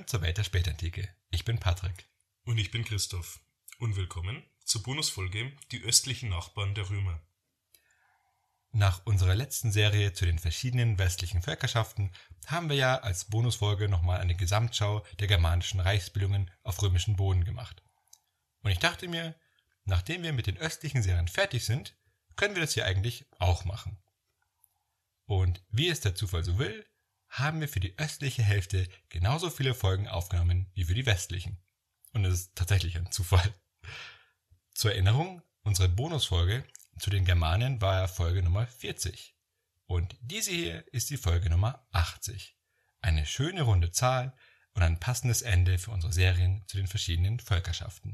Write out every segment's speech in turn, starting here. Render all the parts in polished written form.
zur Welt der Spätantike. Ich bin Patrick. Und ich bin Christoph. Und willkommen zur Bonusfolge Die östlichen Nachbarn der Römer. Nach unserer letzten Serie zu den verschiedenen westlichen Völkerschaften haben wir ja als Bonusfolge nochmal eine Gesamtschau der germanischen Reichsbildungen auf römischem Boden gemacht. Und ich dachte mir, nachdem wir mit den östlichen Serien fertig sind, können wir das hier eigentlich auch machen. Und wie es der Zufall so will, haben wir für die östliche Hälfte genauso viele Folgen aufgenommen wie für die westlichen. Und es ist tatsächlich ein Zufall. Zur Erinnerung, unsere Bonusfolge zu den Germanen war ja Folge Nummer 40. Und diese hier ist die Folge Nummer 80. Eine schöne runde Zahl und ein passendes Ende für unsere Serien zu den verschiedenen Völkerschaften.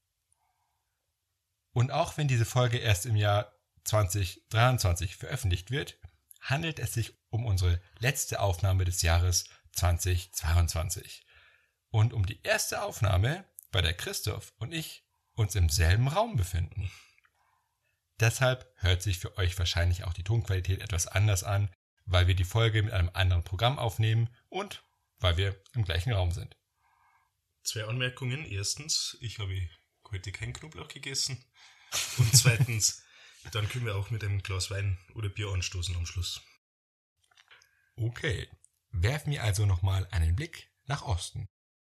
Und auch wenn diese Folge erst im Jahr 2023 veröffentlicht wird, handelt es sich um unsere letzte Aufnahme des Jahres 2022. Und um die erste Aufnahme, bei der Christoph und ich uns im selben Raum befinden. Deshalb hört sich für euch wahrscheinlich auch die Tonqualität etwas anders an, weil wir die Folge mit einem anderen Programm aufnehmen und weil wir im gleichen Raum sind. 2 Anmerkungen. Erstens, ich habe heute kein Knoblauch gegessen. Und zweitens, dann können wir auch mit einem Glas Wein oder Bier anstoßen am Schluss. Okay, werfen wir also nochmal einen Blick nach Osten.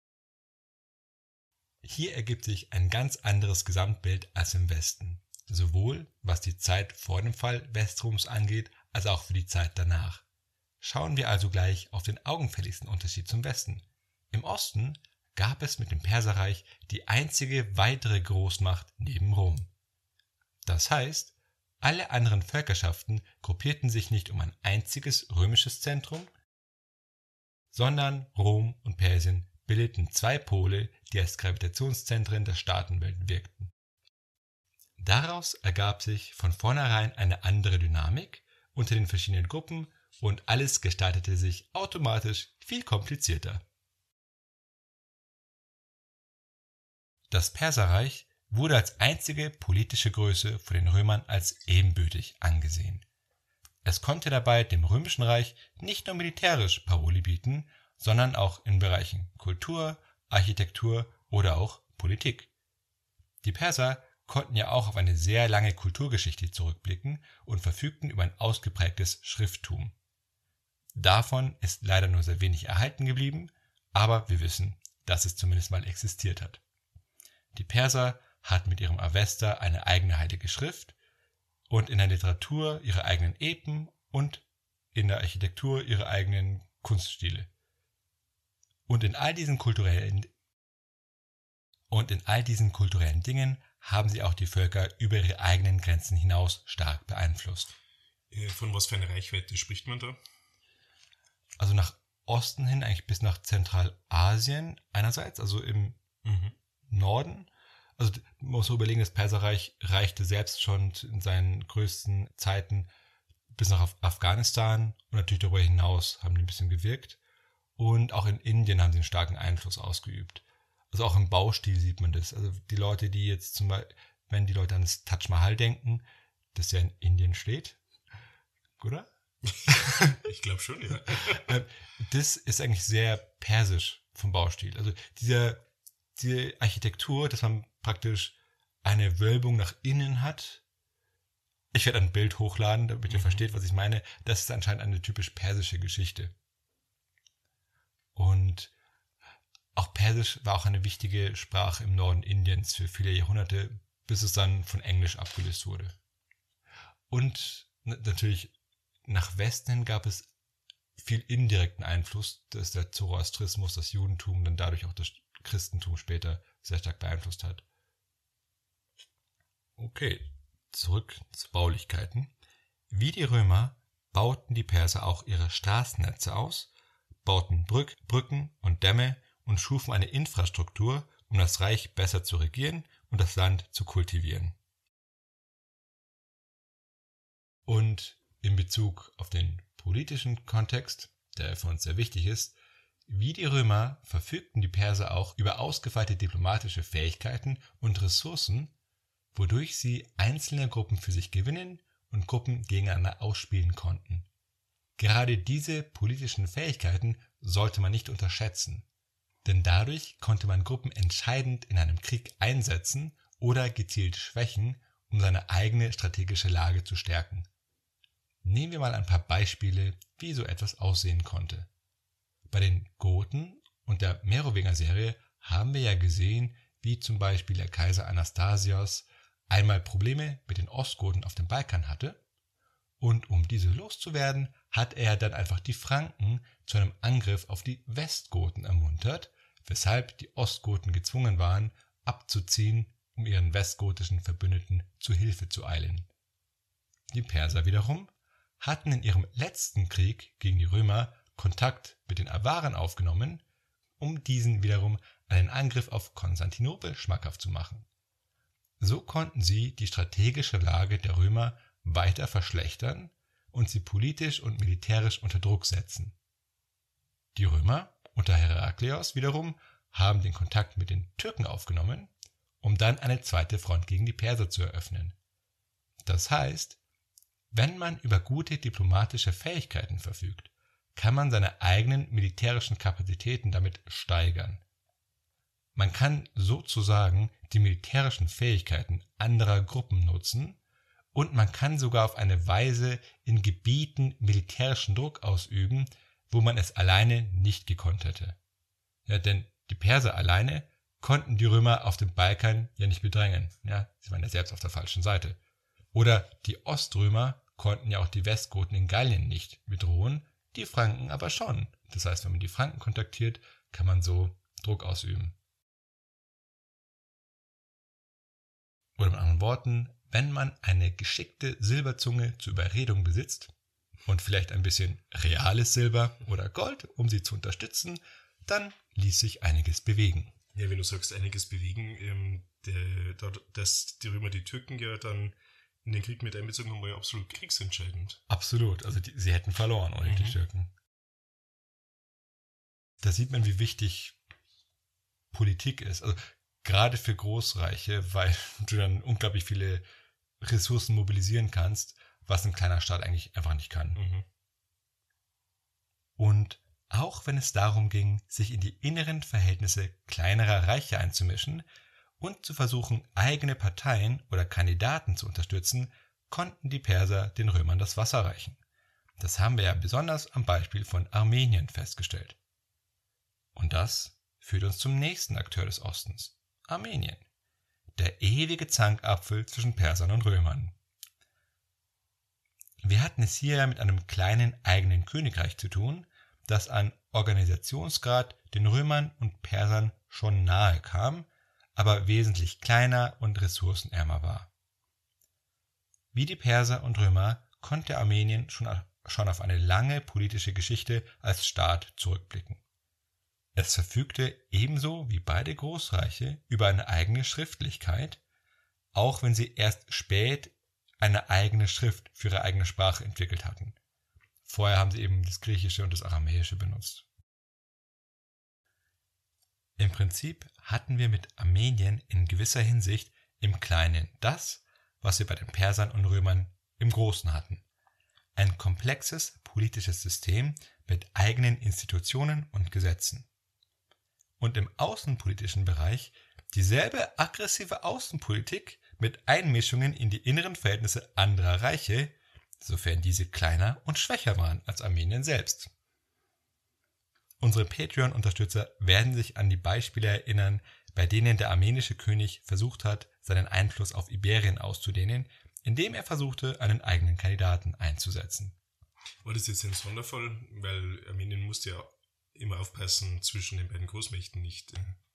Hier ergibt sich ein ganz anderes Gesamtbild als im Westen, sowohl was die Zeit vor dem Fall Westroms angeht, als auch für die Zeit danach. Schauen wir also gleich auf den augenfälligsten Unterschied zum Westen. Im Osten gab es mit dem Perserreich die einzige weitere Großmacht neben Rom. Das heißt, alle anderen Völkerschaften gruppierten sich nicht um ein einziges römisches Zentrum, sondern Rom und Persien bildeten 2 Pole, die als Gravitationszentren der Staatenwelt wirkten. Daraus ergab sich von vornherein eine andere Dynamik unter den verschiedenen Gruppen und alles gestaltete sich automatisch viel komplizierter. Das Perserreich wurde als einzige politische Größe von den Römern als ebenbürtig angesehen. Es konnte dabei dem Römischen Reich nicht nur militärisch Paroli bieten, sondern auch in Bereichen Kultur, Architektur oder auch Politik. Die Perser konnten ja auch auf eine sehr lange Kulturgeschichte zurückblicken und verfügten über ein ausgeprägtes Schrifttum. Davon ist leider nur sehr wenig erhalten geblieben, aber wir wissen, dass es zumindest mal existiert hat. Die Perser hatten mit ihrem Avesta eine eigene heilige Schrift und in der Literatur ihre eigenen Epen und in der Architektur ihre eigenen Kunststile. Und in all diesen kulturellen Dingen haben sie auch die Völker über ihre eigenen Grenzen hinaus stark beeinflusst. Von was für einer Reichweite spricht man da? Also nach Osten hin, eigentlich bis nach Zentralasien einerseits, also im Norden. Also man muss so überlegen, das Perserreich reichte selbst schon in seinen größten Zeiten bis nach Afghanistan und natürlich darüber hinaus haben die ein bisschen gewirkt. Und auch in Indien haben sie einen starken Einfluss ausgeübt. Also auch im Baustil sieht man das. Also die Leute, die jetzt zum Beispiel, wenn die Leute an das Taj Mahal denken, das ja in Indien steht, oder? Ich glaube schon, ja. Das ist eigentlich sehr persisch vom Baustil. Also diese Architektur, dass man praktisch eine Wölbung nach innen hat. Ich werde ein Bild hochladen, damit ihr versteht, was ich meine. Das ist anscheinend eine typisch persische Geschichte. Und auch Persisch war auch eine wichtige Sprache im Norden Indiens für viele Jahrhunderte, bis es dann von Englisch abgelöst wurde. Und natürlich nach Westen hin gab es viel indirekten Einfluss, dass der Zoroastrismus, das Judentum, dann dadurch auch das Christentum später sehr stark beeinflusst hat. Okay, zurück zu Baulichkeiten. Wie die Römer bauten die Perser auch ihre Straßennetze aus, bauten Brücken und Dämme und schufen eine Infrastruktur, um das Reich besser zu regieren und das Land zu kultivieren. Und in Bezug auf den politischen Kontext, der für uns sehr wichtig ist, wie die Römer verfügten die Perser auch über ausgefeilte diplomatische Fähigkeiten und Ressourcen, wodurch sie einzelne Gruppen für sich gewinnen und Gruppen gegeneinander ausspielen konnten. Gerade diese politischen Fähigkeiten sollte man nicht unterschätzen. denn dadurch konnte man Gruppen entscheidend in einem Krieg einsetzen oder gezielt schwächen, um seine eigene strategische Lage zu stärken. Nehmen wir mal ein paar Beispiele, wie so etwas aussehen konnte. Bei den Goten und der Merowinger-Serie haben wir ja gesehen, wie zum Beispiel der Kaiser Anastasios einmal Probleme mit den Ostgoten auf dem Balkan hatte, und um diese loszuwerden, hat er dann einfach die Franken zu einem Angriff auf die Westgoten ermuntert, weshalb die Ostgoten gezwungen waren, abzuziehen, um ihren westgotischen Verbündeten zu Hilfe zu eilen. Die Perser wiederum hatten in ihrem letzten Krieg gegen die Römer Kontakt mit den Awaren aufgenommen, um diesen wiederum einen Angriff auf Konstantinopel schmackhaft zu machen. So konnten sie die strategische Lage der Römer weiter verschlechtern und sie politisch und militärisch unter Druck setzen. Die Römer unter Herakleios wiederum haben den Kontakt mit den Türken aufgenommen, um dann eine zweite Front gegen die Perser zu eröffnen. Das heißt, wenn man über gute diplomatische Fähigkeiten verfügt, kann man seine eigenen militärischen Kapazitäten damit steigern. Man kann sozusagen die militärischen Fähigkeiten anderer Gruppen nutzen und man kann sogar auf eine Weise in Gebieten militärischen Druck ausüben, wo man es alleine nicht gekonnt hätte. Ja, denn die Perser alleine konnten die Römer auf dem Balkan ja nicht bedrängen. Ja, sie waren ja selbst auf der falschen Seite. Oder die Oströmer konnten ja auch die Westgoten in Gallien nicht bedrohen, die Franken aber schon. Das heißt, wenn man die Franken kontaktiert, kann man so Druck ausüben. Oder mit anderen Worten, wenn man eine geschickte Silberzunge zur Überredung besitzt und vielleicht ein bisschen reales Silber oder Gold, um sie zu unterstützen, dann ließ sich einiges bewegen. Ja, wenn du sagst, einiges bewegen, dass die Römer die Türken ja dann in den Krieg mit einbezogen haben, war ja absolut kriegsentscheidend. Absolut, also sie hätten verloren ohne die Türken. Da sieht man, wie wichtig Politik ist. Also gerade für Großreiche, weil du dann unglaublich viele Ressourcen mobilisieren kannst, was ein kleiner Staat eigentlich einfach nicht kann. Und auch wenn es darum ging, sich in die inneren Verhältnisse kleinerer Reiche einzumischen und zu versuchen, eigene Parteien oder Kandidaten zu unterstützen, konnten die Perser den Römern das Wasser reichen. Das haben wir ja besonders am Beispiel von Armenien festgestellt. Und das führt uns zum nächsten Akteur des Ostens, Armenien, der ewige Zankapfel zwischen Persern und Römern. Wir hatten es hier mit einem kleinen eigenen Königreich zu tun, das an Organisationsgrad den Römern und Persern schon nahe kam, aber wesentlich kleiner und ressourcenärmer war. Wie die Perser und Römer konnte Armenien schon auf eine lange politische Geschichte als Staat zurückblicken. Es verfügte ebenso wie beide Großreiche über eine eigene Schriftlichkeit, auch wenn sie erst spät eine eigene Schrift für ihre eigene Sprache entwickelt hatten. Vorher haben sie eben das Griechische und das Aramäische benutzt. Im Prinzip hatten wir mit Armenien in gewisser Hinsicht im Kleinen das, was wir bei den Persern und Römern im Großen hatten. Ein komplexes politisches System mit eigenen Institutionen und Gesetzen. Und im außenpolitischen Bereich dieselbe aggressive Außenpolitik mit Einmischungen in die inneren Verhältnisse anderer Reiche, sofern diese kleiner und schwächer waren als Armenien selbst. Unsere Patreon-Unterstützer werden sich an die Beispiele erinnern, bei denen der armenische König versucht hat, seinen Einfluss auf Iberien auszudehnen, indem er versuchte, einen eigenen Kandidaten einzusetzen. War das jetzt ein Sonderfall? Weil Armenien musste ja immer aufpassen, zwischen den beiden Großmächten nicht.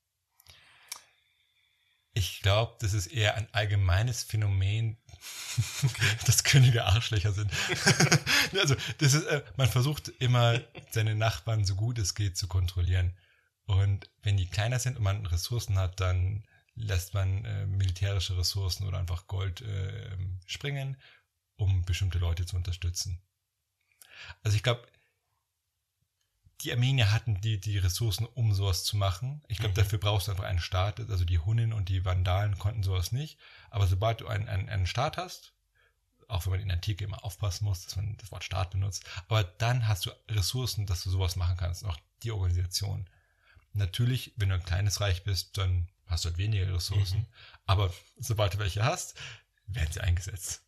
Ich glaube, das ist eher ein allgemeines Phänomen, dass Könige Arschlöcher sind. Also, das ist, man versucht immer, seine Nachbarn so gut es geht zu kontrollieren. Und wenn die kleiner sind und man Ressourcen hat, dann lässt man militärische Ressourcen oder einfach Gold springen, um bestimmte Leute zu unterstützen. Also ich glaube, die Armenier hatten die Ressourcen, um sowas zu machen. Ich glaube, dafür brauchst du einfach einen Staat. Also die Hunnen und die Vandalen konnten sowas nicht. Aber sobald du einen Staat hast, auch wenn man in der Antike immer aufpassen muss, dass man das Wort Staat benutzt, aber dann hast du Ressourcen, dass du sowas machen kannst. Auch die Organisation. Natürlich, wenn du ein kleines Reich bist, dann hast du halt weniger Ressourcen. Aber sobald du welche hast, werden sie eingesetzt.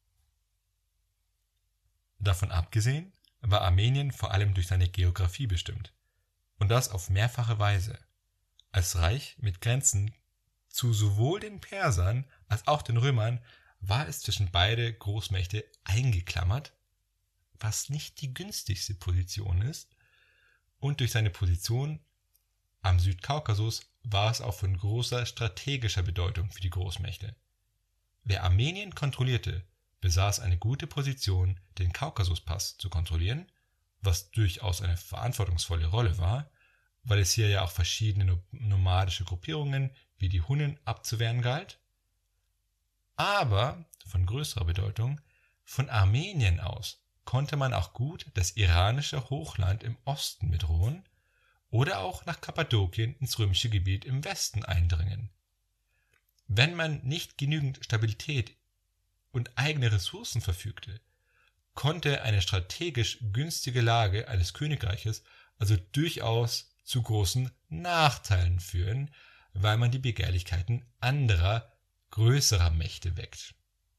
Davon abgesehen war Armenien vor allem durch seine Geografie bestimmt. Und das auf mehrfache Weise. Als Reich mit Grenzen zu sowohl den Persern als auch den Römern war es zwischen beide Großmächte eingeklammert, was nicht die günstigste Position ist. Und durch seine Position am Südkaukasus war es auch von großer strategischer Bedeutung für die Großmächte. Wer Armenien kontrollierte, besaß eine gute Position, den Kaukasuspass zu kontrollieren, was durchaus eine verantwortungsvolle Rolle war, weil es hier ja auch verschiedene nomadische Gruppierungen wie die Hunnen abzuwehren galt. Aber, von größerer Bedeutung, von Armenien aus konnte man auch gut das iranische Hochland im Osten bedrohen oder auch nach Kappadokien ins römische Gebiet im Westen eindringen. Wenn man nicht genügend Stabilität und eigene Ressourcen verfügte, konnte eine strategisch günstige Lage eines Königreiches also durchaus zu großen Nachteilen führen, weil man die Begehrlichkeiten anderer, größerer Mächte weckt.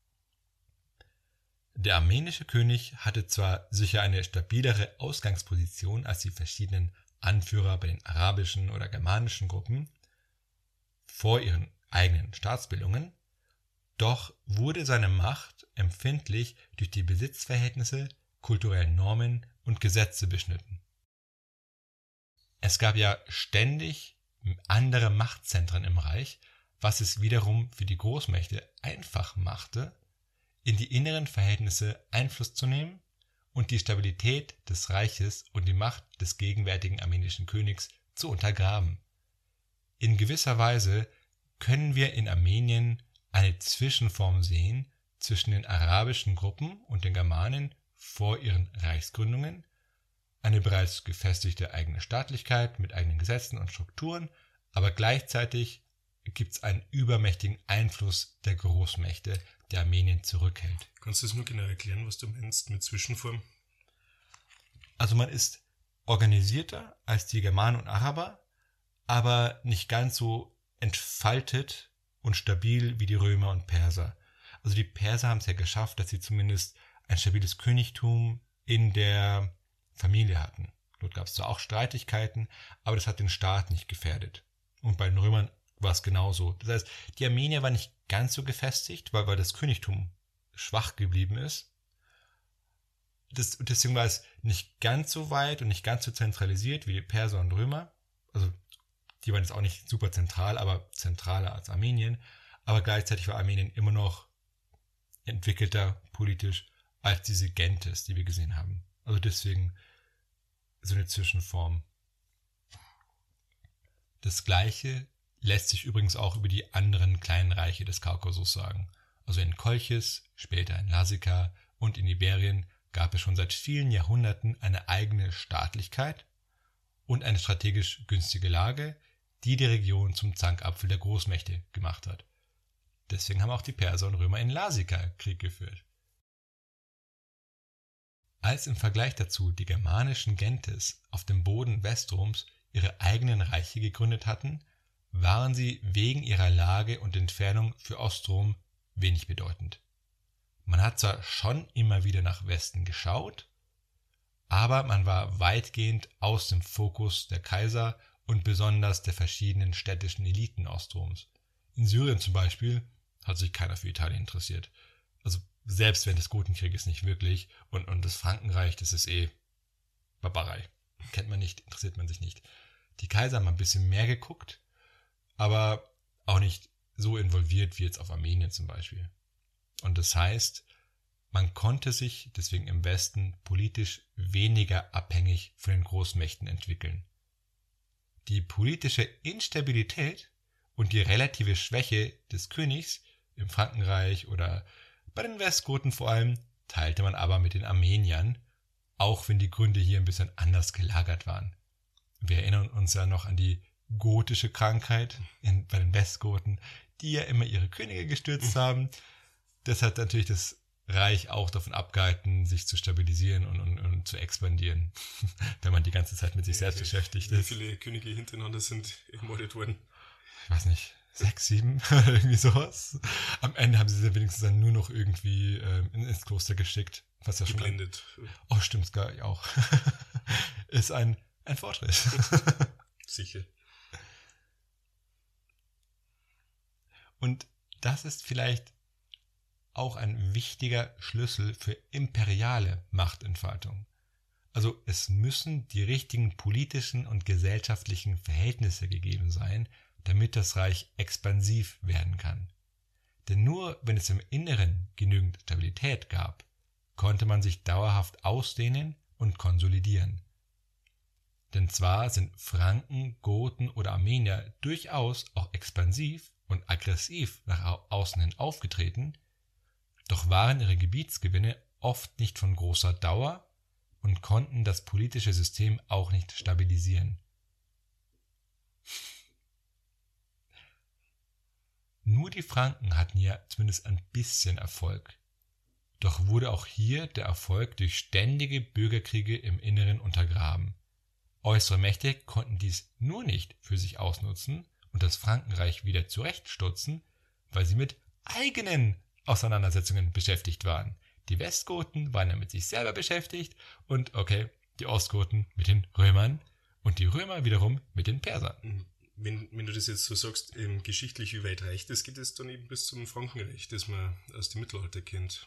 Der armenische König hatte zwar sicher eine stabilere Ausgangsposition als die verschiedenen Anführer bei den arabischen oder germanischen Gruppen vor ihren eigenen Staatsbildungen, doch wurde seine Macht empfindlich durch die Besitzverhältnisse, kulturellen Normen und Gesetze beschnitten. Es gab ja ständig andere Machtzentren im Reich, was es wiederum für die Großmächte einfach machte, in die inneren Verhältnisse Einfluss zu nehmen und die Stabilität des Reiches und die Macht des gegenwärtigen armenischen Königs zu untergraben. In gewisser Weise können wir in Armenien eine Zwischenform sehen zwischen den arabischen Gruppen und den Germanen vor ihren Reichsgründungen, eine bereits gefestigte eigene Staatlichkeit mit eigenen Gesetzen und Strukturen, aber gleichzeitig gibt es einen übermächtigen Einfluss der Großmächte, der Armenien zurückhält. Kannst du es nur genau erklären, was du meinst mit Zwischenform? Also man ist organisierter als die Germanen und Araber, aber nicht ganz so entfaltet und stabil wie die Römer und Perser. Also die Perser haben es ja geschafft, dass sie zumindest ein stabiles Königtum in der Familie hatten. Dort gab es zwar auch Streitigkeiten, aber das hat den Staat nicht gefährdet. Und bei den Römern war es genauso. Das heißt, die Armenier waren nicht ganz so gefestigt, weil das Königtum schwach geblieben ist. Deswegen war es nicht ganz so weit und nicht ganz so zentralisiert wie die Perser und Römer. Also die waren jetzt auch nicht super zentral, aber zentraler als Armenien. Aber gleichzeitig war Armenien immer noch entwickelter politisch als diese Gentes, die wir gesehen haben. Also deswegen so eine Zwischenform. Das Gleiche lässt sich übrigens auch über die anderen kleinen Reiche des Kaukasus sagen. Also in Kolchis, später in Lassika und in Iberien gab es schon seit vielen Jahrhunderten eine eigene Staatlichkeit und eine strategisch günstige Lage, die die Region zum Zankapfel der Großmächte gemacht hat. Deswegen haben auch die Perser und Römer in Lassika Krieg geführt. Als im Vergleich dazu die germanischen Gentes auf dem Boden Westroms ihre eigenen Reiche gegründet hatten, waren sie wegen ihrer Lage und Entfernung für Ostrom wenig bedeutend. Man hat zwar schon immer wieder nach Westen geschaut, aber man war weitgehend aus dem Fokus der Kaiser und besonders der verschiedenen städtischen Eliten Ostroms. In Syrien zum Beispiel hat sich keiner für Italien interessiert. Also selbst während des Gotenkrieges nicht wirklich. Und das Frankenreich, das ist Barbarei. Kennt man nicht, interessiert man sich nicht. Die Kaiser haben ein bisschen mehr geguckt, aber auch nicht so involviert wie jetzt auf Armenien zum Beispiel. Und das heißt, man konnte sich deswegen im Westen politisch weniger abhängig von den Großmächten entwickeln. Die politische Instabilität und die relative Schwäche des Königs im Frankenreich oder bei den Westgoten vor allem teilte man aber mit den Armeniern, auch wenn die Gründe hier ein bisschen anders gelagert waren. Wir erinnern uns ja noch an die gotische Krankheit bei den Westgoten, die ja immer ihre Könige gestürzt haben. Das hat natürlich das Reich auch davon abgehalten, sich zu stabilisieren und zu expandieren, wenn man die ganze Zeit mit sich selbst beschäftigt ist. Wie viele Könige hintereinander sind ermordet worden? Ich weiß nicht, 6, 7 oder irgendwie sowas. Am Ende haben sie sie wenigstens dann nur noch irgendwie ins Kloster geschickt. Was ja Geblendet. Oh, stimmt's gar auch. Ist ein Fortschritt. Sicher. Und das ist vielleicht auch ein wichtiger Schlüssel für imperiale Machtentfaltung. Also es müssen die richtigen politischen und gesellschaftlichen Verhältnisse gegeben sein, damit das Reich expansiv werden kann. Denn nur wenn es im Inneren genügend Stabilität gab, konnte man sich dauerhaft ausdehnen und konsolidieren. Denn zwar sind Franken, Goten oder Armenier durchaus auch expansiv und aggressiv nach außen hin aufgetreten, doch waren ihre Gebietsgewinne oft nicht von großer Dauer und konnten das politische System auch nicht stabilisieren. Nur die Franken hatten ja zumindest ein bisschen Erfolg. Doch wurde auch hier der Erfolg durch ständige Bürgerkriege im Inneren untergraben. Äußere Mächte konnten dies nur nicht für sich ausnutzen und das Frankenreich wieder zurechtstutzen, weil sie mit eigenen Auseinandersetzungen beschäftigt waren. Die Westgoten waren ja mit sich selber beschäftigt und die Ostgoten mit den Römern und die Römer wiederum mit den Persern. Wenn du das jetzt so sagst, geschichtlich wie weit reicht das, geht es dann eben bis zum Frankenreich, das man aus dem Mittelalter kennt.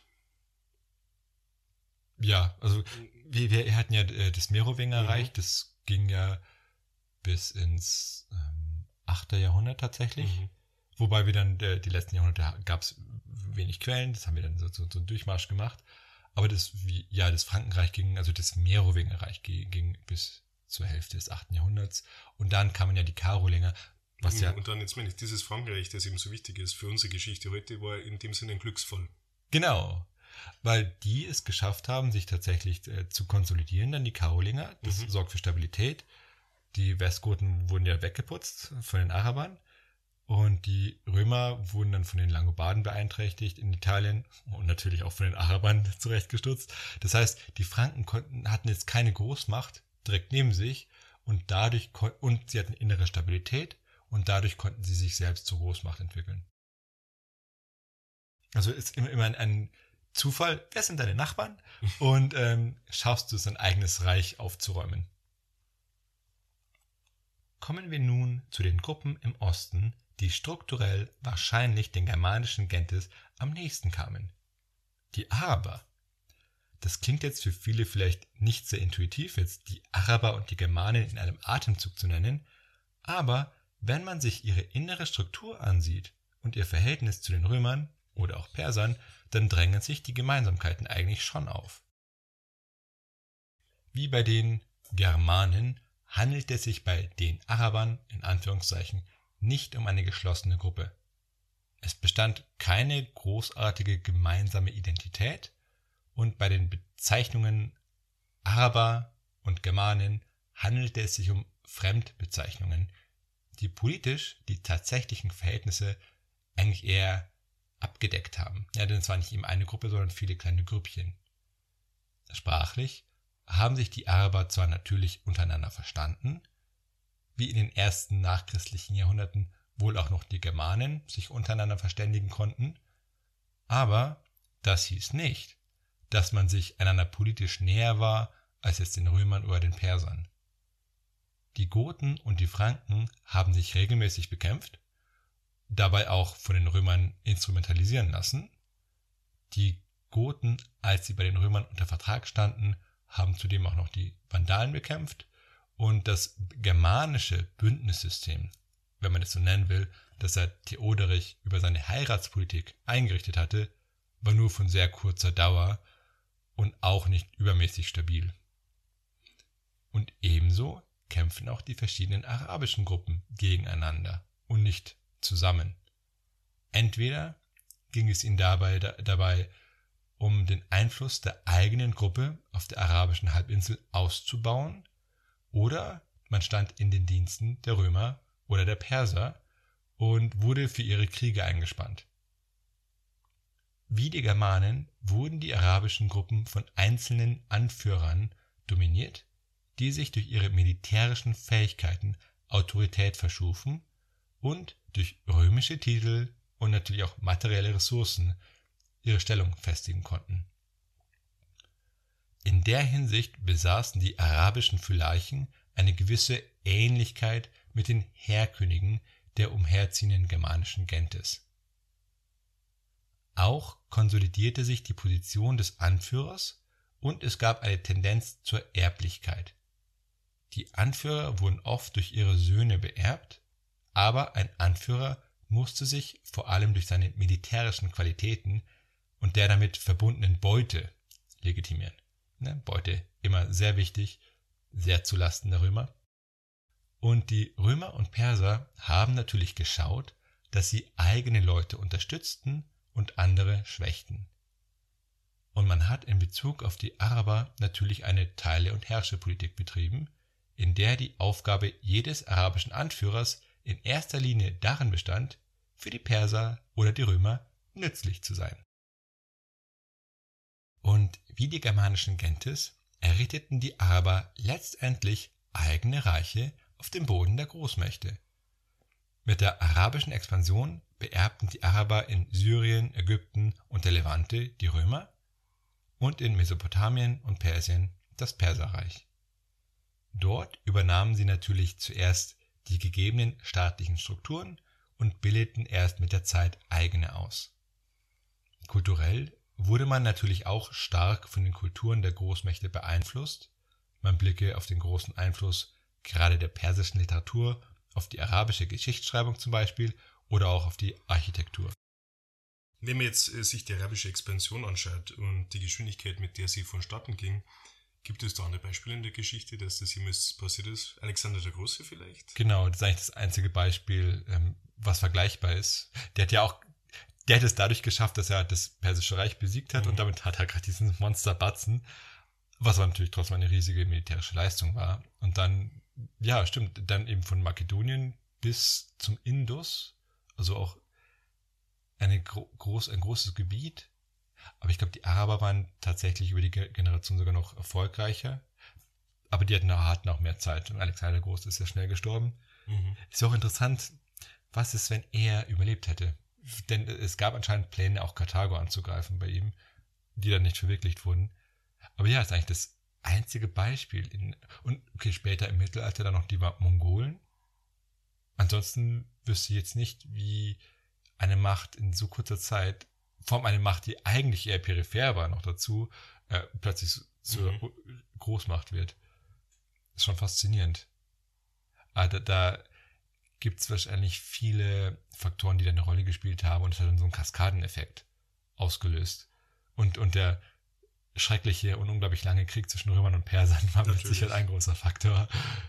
Ja, also wir hatten ja das Merowingerreich, das ging ja bis ins 8. Jahrhundert tatsächlich. Wobei wir dann die letzten Jahrhunderte gab es wenig Quellen, das haben wir dann so einen Durchmarsch gemacht. Aber das Frankenreich also das Merowingerreich ging bis zur Hälfte des 8. Jahrhunderts. Und dann kamen ja die Karolinger. Und dann, jetzt meine ich, dieses Frankenreich, das eben so wichtig ist für unsere Geschichte heute, war in dem Sinne ein Glücksfall. Genau, weil die es geschafft haben, sich tatsächlich zu konsolidieren, dann die Karolinger. Das sorgt für Stabilität. Die Westgoten wurden ja weggeputzt von den Arabern. Und die Römer wurden dann von den Langobarden beeinträchtigt in Italien und natürlich auch von den Arabern zurechtgestutzt. Das heißt, die Franken hatten jetzt keine Großmacht direkt neben sich und sie hatten innere Stabilität und dadurch konnten sie sich selbst zur Großmacht entwickeln. Also ist immer ein Zufall, wer sind deine Nachbarn? Und schaffst du es, ein eigenes Reich aufzuräumen. Kommen wir nun zu den Gruppen im Osten, die strukturell wahrscheinlich den germanischen Gentes am nächsten kamen. Die Araber. Das klingt jetzt für viele vielleicht nicht sehr intuitiv, jetzt die Araber und die Germanen in einem Atemzug zu nennen, aber wenn man sich ihre innere Struktur ansieht und ihr Verhältnis zu den Römern oder auch Persern, dann drängen sich die Gemeinsamkeiten eigentlich schon auf. Wie bei den Germanen handelt es sich bei den Arabern in Anführungszeichen nicht um eine geschlossene Gruppe. Es bestand keine großartige gemeinsame Identität und bei den Bezeichnungen Araber und Germanen handelte es sich um Fremdbezeichnungen, die politisch die tatsächlichen Verhältnisse eigentlich eher abgedeckt haben. Ja, denn es war nicht eben eine Gruppe, sondern viele kleine Grüppchen. Sprachlich haben sich die Araber zwar natürlich untereinander verstanden, wie in den ersten nachchristlichen Jahrhunderten wohl auch noch die Germanen sich untereinander verständigen konnten, aber das hieß nicht, dass man sich einander politisch näher war als jetzt den Römern oder den Persern. Die Goten und die Franken haben sich regelmäßig bekämpft, dabei auch von den Römern instrumentalisieren lassen. Die Goten, als sie bei den Römern unter Vertrag standen, haben zudem auch noch die Vandalen bekämpft und das germanische Bündnissystem, wenn man es so nennen will, das Theoderich über seine Heiratspolitik eingerichtet hatte, war nur von sehr kurzer Dauer und auch nicht übermäßig stabil. Und ebenso kämpfen auch die verschiedenen arabischen Gruppen gegeneinander und nicht zusammen. Entweder ging es ihnen dabei um den Einfluss der eigenen Gruppe auf der arabischen Halbinsel auszubauen, oder man stand in den Diensten der Römer oder der Perser und wurde für ihre Kriege eingespannt. Wie die Germanen wurden die arabischen Gruppen von einzelnen Anführern dominiert, die sich durch ihre militärischen Fähigkeiten Autorität verschufen und durch römische Titel und natürlich auch materielle Ressourcen ihre Stellung festigen konnten. In der Hinsicht besaßen die arabischen Phylarchen eine gewisse Ähnlichkeit mit den Heerkönigen der umherziehenden germanischen Gentes. Auch konsolidierte sich die Position des Anführers und es gab eine Tendenz zur Erblichkeit. Die Anführer wurden oft durch ihre Söhne beerbt, aber ein Anführer musste sich vor allem durch seine militärischen Qualitäten und der damit verbundenen Beute legitimieren. Beute immer sehr wichtig, sehr zulasten der Römer. Und die Römer und Perser haben natürlich geschaut, dass sie eigene Leute unterstützten und andere schwächten. Und man hat in Bezug auf die Araber natürlich eine Teile- und Herrscherpolitik betrieben, in der die Aufgabe jedes arabischen Anführers in erster Linie darin bestand, für die Perser oder die Römer nützlich zu sein. Und wie die germanischen Gentes errichteten die Araber letztendlich eigene Reiche auf dem Boden der Großmächte. Mit der arabischen Expansion beerbten die Araber in Syrien, Ägypten und der Levante die Römer und in Mesopotamien und Persien das Perserreich. Dort übernahmen sie natürlich zuerst die gegebenen staatlichen Strukturen und bildeten erst mit der Zeit eigene aus. Kulturell wurde man natürlich auch stark von den Kulturen der Großmächte beeinflusst. Man blicke auf den großen Einfluss gerade der persischen Literatur, auf die arabische Geschichtsschreibung zum Beispiel oder auch auf die Architektur. Wenn man jetzt sich die arabische Expansion anschaut und die Geschwindigkeit, mit der sie vonstatten ging, gibt es da andere Beispiele in der Geschichte, dass das jemals passiert ist? Alexander der Große vielleicht? Genau, das ist eigentlich das einzige Beispiel, was vergleichbar ist. Der hat es dadurch geschafft, dass er das Persische Reich besiegt hat und damit hat er gerade diesen Monster-Batzen, was aber natürlich trotzdem eine riesige militärische Leistung war. Und dann, ja stimmt, dann eben von Makedonien bis zum Indus, also auch ein großes Gebiet. Aber ich glaube, die Araber waren tatsächlich über die Generation sogar noch erfolgreicher. Aber die hatten auch mehr Zeit. Und Alexander der Große ist ja schnell gestorben. Ist auch interessant, was ist, wenn er überlebt hätte. Denn es gab anscheinend Pläne, auch Karthago anzugreifen bei ihm, die dann nicht verwirklicht wurden. Aber ja, ist eigentlich das einzige Beispiel. Und okay, später im Mittelalter dann noch die Mongolen. Ansonsten wüsste ich jetzt nicht, wie eine Macht in so kurzer Zeit, vor allem eine Macht, die eigentlich eher peripher war, noch dazu, plötzlich zur Großmacht wird. Ist schon faszinierend. Aber da gibt es wahrscheinlich viele Faktoren, die da eine Rolle gespielt haben und es hat dann so einen Kaskadeneffekt ausgelöst. Und der schreckliche und unglaublich lange Krieg zwischen Römern und Persern war mit Sicherheit ein großer Faktor.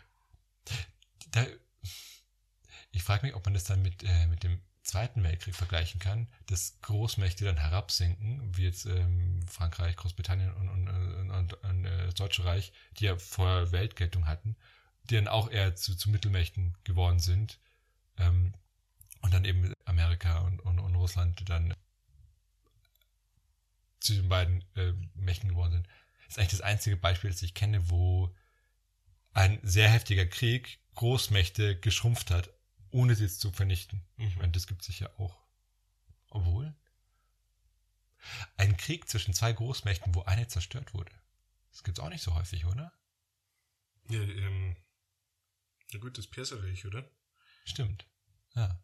Ich frage mich, ob man das dann mit dem Zweiten Weltkrieg vergleichen kann, dass Großmächte dann herabsinken, wie jetzt Frankreich, Großbritannien und das Deutsche Reich, die ja vorher Weltgeltung hatten, die dann auch eher zu Mittelmächten geworden sind und dann eben Amerika und Russland dann zu den beiden Mächten geworden sind. Das ist eigentlich das einzige Beispiel, das ich kenne, wo ein sehr heftiger Krieg Großmächte geschrumpft hat, ohne sie jetzt zu vernichten. Ich meine, das gibt es sicher auch. Obwohl, ein Krieg zwischen zwei Großmächten, wo eine zerstört wurde, das gibt es auch nicht so häufig, oder? Ja, na gut, das Perserreich, oder? Stimmt, ja.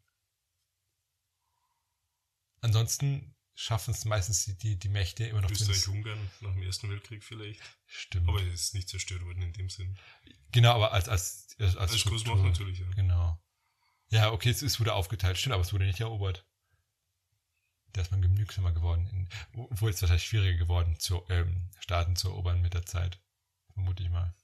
Ansonsten schaffen es meistens die Mächte immer noch... Österreich-Ungarn nach dem Ersten Weltkrieg vielleicht. Stimmt. Aber es ist nicht zerstört worden in dem Sinn. Genau, aber als Großmacht natürlich, ja. Genau. Ja, okay, es wurde aufgeteilt, stimmt, aber es wurde nicht erobert. Da ist man genügsamer geworden. Obwohl es wahrscheinlich schwieriger geworden, Staaten zu erobern mit der Zeit. Vermute ich mal.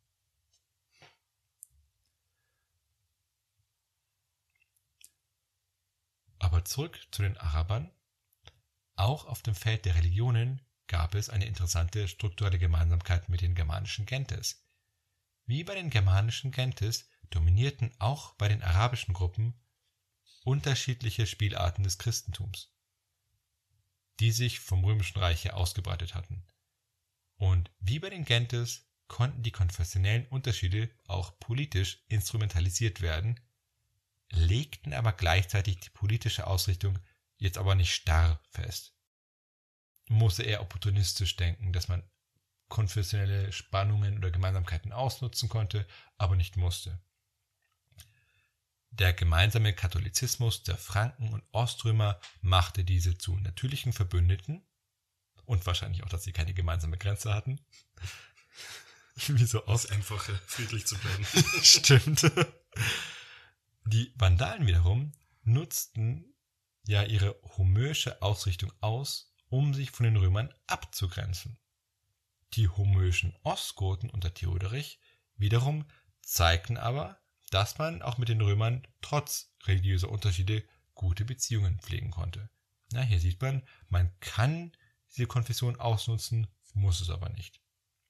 Aber zurück zu den Arabern. Auch auf dem Feld der Religionen gab es eine interessante strukturelle Gemeinsamkeit mit den germanischen Gentes. Wie bei den germanischen Gentes dominierten auch bei den arabischen Gruppen unterschiedliche Spielarten des Christentums. die sich vom Römischen Reich her ausgebreitet hatten. Und wie bei den Gentes konnten die konfessionellen Unterschiede auch politisch instrumentalisiert werden, legten aber gleichzeitig die politische Ausrichtung jetzt aber nicht starr fest. Man musste eher opportunistisch denken, dass man konfessionelle Spannungen oder Gemeinsamkeiten ausnutzen konnte, aber nicht musste. Der gemeinsame Katholizismus der Franken und Oströmer machte diese zu natürlichen Verbündeten und wahrscheinlich auch, dass sie keine gemeinsame Grenze hatten. Wie so oft. Es ist einfacher, friedlich zu bleiben. Stimmt. Die Vandalen wiederum nutzten ja ihre homöische Ausrichtung aus, um sich von den Römern abzugrenzen. Die homöischen Ostgoten unter Theoderich wiederum zeigten aber, dass man auch mit den Römern trotz religiöser Unterschiede gute Beziehungen pflegen konnte. Ja, hier sieht man kann diese Konfession ausnutzen, muss es aber nicht.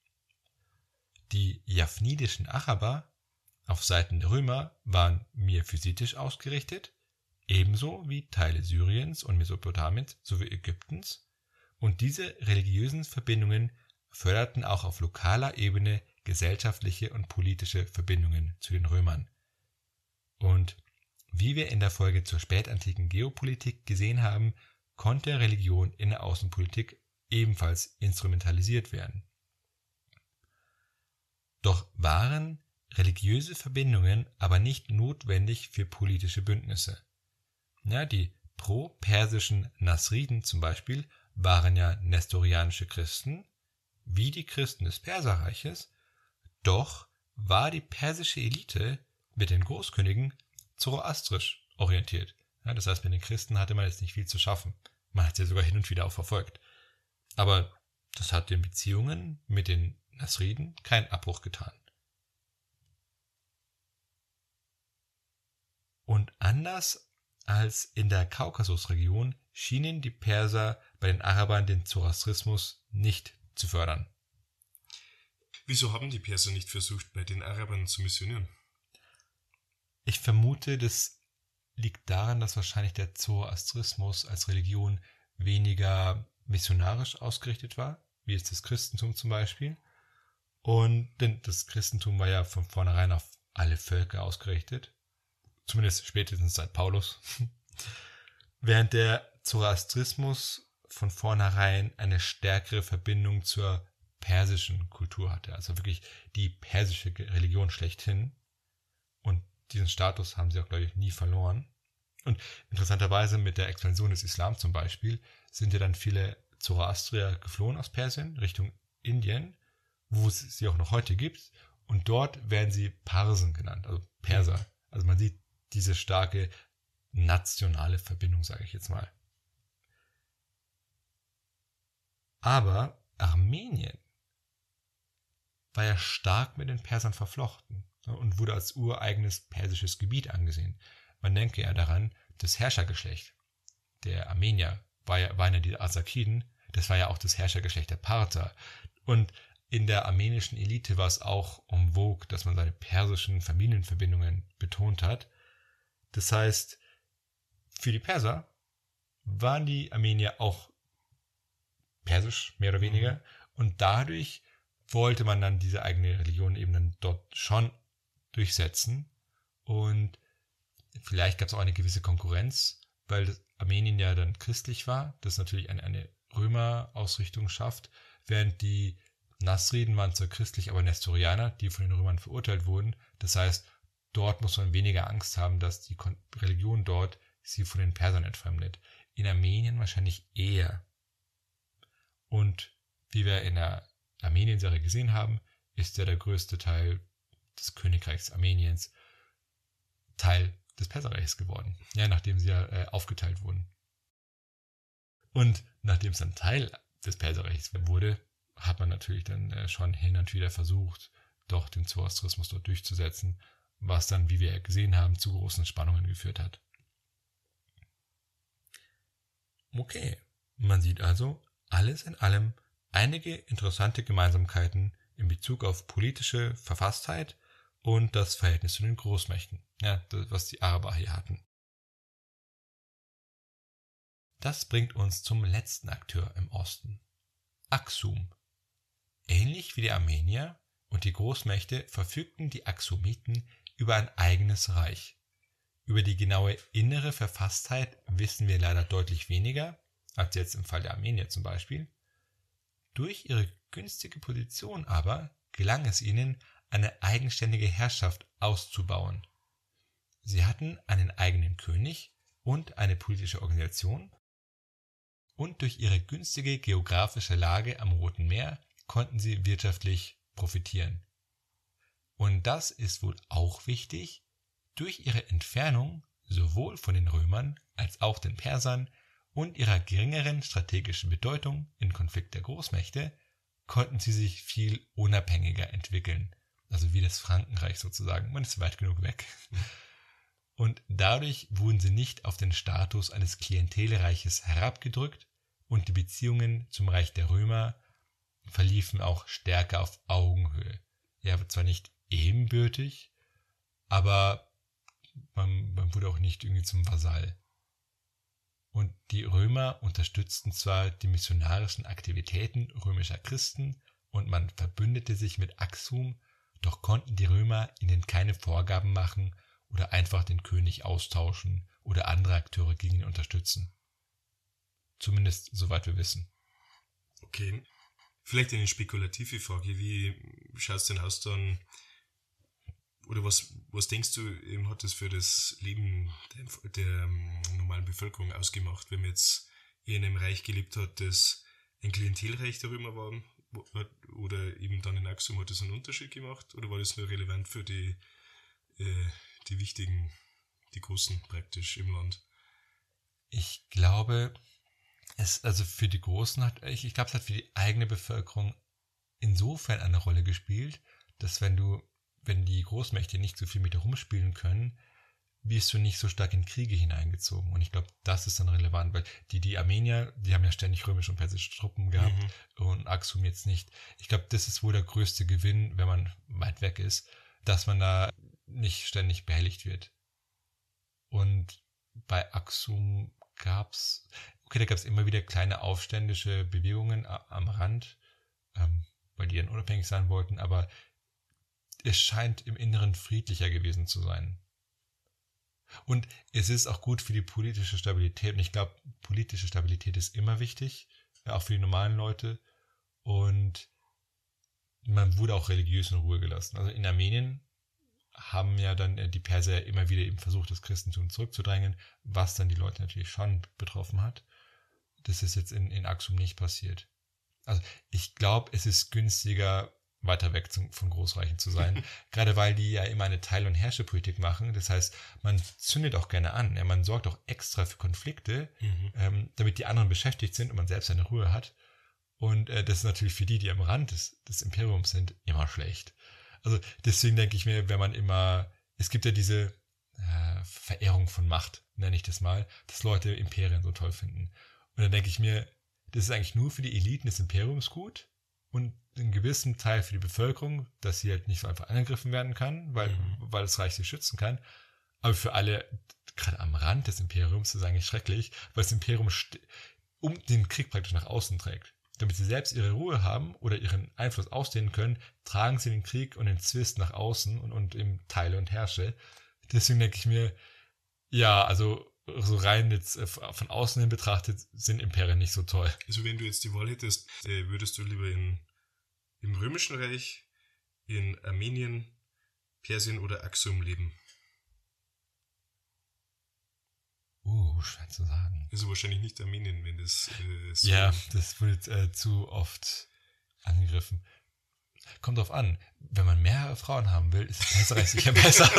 Die japhnidischen Araber auf Seiten der Römer waren miaphysitisch ausgerichtet, ebenso wie Teile Syriens und Mesopotamiens sowie Ägyptens, und diese religiösen Verbindungen förderten auch auf lokaler Ebene gesellschaftliche und politische Verbindungen zu den Römern. Und wie wir in der Folge zur spätantiken Geopolitik gesehen haben, konnte Religion in der Außenpolitik ebenfalls instrumentalisiert werden. Doch waren religiöse Verbindungen aber nicht notwendig für politische Bündnisse. Ja, die pro-persischen Nasriden zum Beispiel waren ja nestorianische Christen, wie die Christen des Perserreiches, doch war die persische Elite mit den Großkönigen zoroastrisch orientiert. Ja, das heißt, mit den Christen hatte man jetzt nicht viel zu schaffen. Man hat sie sogar hin und wieder auch verfolgt. Aber das hat den Beziehungen mit den Nasriden keinen Abbruch getan. Und anders als in der Kaukasusregion schienen die Perser bei den Arabern den Zoroastrismus nicht zu fördern. Wieso haben die Perser nicht versucht, bei den Arabern zu missionieren? Ich vermute, das liegt daran, dass wahrscheinlich der Zoroastrismus als Religion weniger missionarisch ausgerichtet war, wie es das Christentum zum Beispiel. Und denn das Christentum war ja von vornherein auf alle Völker ausgerichtet, zumindest spätestens seit Paulus. Während der Zoroastrismus von vornherein eine stärkere Verbindung zur persischen Kultur hatte, also wirklich die persische Religion schlechthin. Und diesen Status haben sie auch, glaube ich, nie verloren. Und interessanterweise mit der Expansion des Islam zum Beispiel sind ja dann viele Zoroastrier geflohen aus Persien Richtung Indien, wo es sie auch noch heute gibt. Und dort werden sie Parsen genannt, also Perser. Also man sieht diese starke nationale Verbindung, sage ich jetzt mal. Aber Armenien war ja stark mit den Persern verflochten und wurde als ureigenes persisches Gebiet angesehen. Man denke ja daran, das Herrschergeschlecht der Armenier waren ja die Arsakiden, das war ja auch das Herrschergeschlecht der Parther. Und in der armenischen Elite war es auch en vogue, dass man seine persischen Familienverbindungen betont hat. Das heißt, für die Perser waren die Armenier auch persisch, mehr oder weniger. Und dadurch wollte man dann diese eigene Religion eben dann dort schon durchsetzen. Und vielleicht gab es auch eine gewisse Konkurrenz, weil Armenien ja dann christlich war, das natürlich eine Römer-Ausrichtung schafft, während die Nasriden waren zwar christlich, aber Nestorianer, die von den Römern verurteilt wurden. Das heißt, dort muss man weniger Angst haben, dass die Religion dort sie von den Persern entfremdet. In Armenien wahrscheinlich eher. Und wie wir in der Armenien-Serie gesehen haben, ist ja der größte Teil des Königreichs Armeniens Teil des Perserreichs geworden, ja, nachdem sie ja aufgeteilt wurden. Und nachdem es dann Teil des Perserreichs wurde, hat man natürlich dann schon hin und wieder versucht, doch den Zoroastrismus dort durchzusetzen, was dann, wie wir gesehen haben, zu großen Spannungen geführt hat. Okay, man sieht also alles in allem einige interessante Gemeinsamkeiten in Bezug auf politische Verfasstheit und das Verhältnis zu den Großmächten, ja, das, was die Araber hier hatten. Das bringt uns zum letzten Akteur im Osten, Aksum. Ähnlich wie die Armenier und die Großmächte verfügten die Aksumiten über ein eigenes Reich. Über die genaue innere Verfasstheit wissen wir leider deutlich weniger, als jetzt im Fall der Armenier zum Beispiel. Durch ihre günstige Position aber gelang es ihnen, eine eigenständige Herrschaft auszubauen. Sie hatten einen eigenen König und eine politische Organisation, und durch ihre günstige geografische Lage am Roten Meer konnten sie wirtschaftlich profitieren. Und das ist wohl auch wichtig: durch ihre Entfernung sowohl von den Römern als auch den Persern und ihrer geringeren strategischen Bedeutung im Konflikt der Großmächte konnten sie sich viel unabhängiger entwickeln. Also wie das Frankenreich sozusagen, man ist weit genug weg. Und dadurch wurden sie nicht auf den Status eines Klientelreiches herabgedrückt und die Beziehungen zum Reich der Römer verliefen auch stärker auf Augenhöhe. Ja, zwar nicht ebenbürtig, aber man wurde auch nicht irgendwie zum Vasall. Und die Römer unterstützten zwar die missionarischen Aktivitäten römischer Christen und man verbündete sich mit Aksum, doch konnten die Römer ihnen keine Vorgaben machen oder einfach den König austauschen oder andere Akteure gegen ihn unterstützen. Zumindest soweit wir wissen. Okay. Vielleicht eine spekulative Frage. Wie schaut es denn aus dann, oder was denkst du, hat das für das Leben der normalen Bevölkerung ausgemacht, wenn man jetzt eher in einem Reich gelebt hat, das ein Klientelreich der Römer war, oder eben dann in Aksum, hat das einen Unterschied gemacht, oder war das nur relevant für die wichtigen, die Großen praktisch im Land? Ich glaube, also für die Großen ich glaube, es hat für die eigene Bevölkerung insofern eine Rolle gespielt, dass wenn die Großmächte nicht so viel mit herumspielen können, wirst du nicht so stark in Kriege hineingezogen. Und ich glaube, das ist dann relevant, weil die Armenier, die haben ja ständig römische und persische Truppen gehabt und Aksum jetzt nicht. Ich glaube, das ist wohl der größte Gewinn, wenn man weit weg ist, dass man da nicht ständig behelligt wird. Und bei Aksum da gab es immer wieder kleine aufständische Bewegungen am Rand, weil die dann unabhängig sein wollten, aber es scheint im Inneren friedlicher gewesen zu sein. Und es ist auch gut für die politische Stabilität. Und ich glaube, politische Stabilität ist immer wichtig, auch für die normalen Leute. Und man wurde auch religiös in Ruhe gelassen. Also in Armenien haben ja dann die Perser immer wieder eben versucht, das Christentum zurückzudrängen, was dann die Leute natürlich schon betroffen hat. Das ist jetzt in Aksum nicht passiert. Also ich glaube, es ist günstiger, weiter weg von Großreichen zu sein, gerade weil die ja immer eine Teil- und Herrscherpolitik machen. Das heißt, man zündet auch gerne an. Ja, man sorgt auch extra für Konflikte, damit die anderen beschäftigt sind und man selbst seine Ruhe hat. Und das ist natürlich für die am Rand des Imperiums sind, immer schlecht. Also deswegen denke ich mir, es gibt ja diese Verehrung von Macht, nenne ich das mal, dass Leute Imperien so toll finden. Und dann denke ich mir, das ist eigentlich nur für die Eliten des Imperiums gut und einen gewissen Teil für die Bevölkerung, dass sie halt nicht so einfach angegriffen werden kann, weil das Reich sie schützen kann. Aber für alle, gerade am Rand des Imperiums, ist es eigentlich schrecklich, weil das Imperium um den Krieg praktisch nach außen trägt. Damit sie selbst ihre Ruhe haben oder ihren Einfluss ausdehnen können, tragen sie den Krieg und den Zwist nach außen und eben teile und herrsche. Deswegen denke ich mir, ja, also so rein jetzt von außen hin betrachtet sind Imperien nicht so toll. Also wenn du jetzt die Wahl hättest, würdest du lieber im Römischen Reich, in Armenien, Persien oder Aksum leben? Schwer zu sagen. Also wahrscheinlich nicht Armenien, wenn das so... Ja, das wird zu oft angegriffen. Kommt drauf an, wenn man mehr Frauen haben will, ist das Perserreich sicher besser.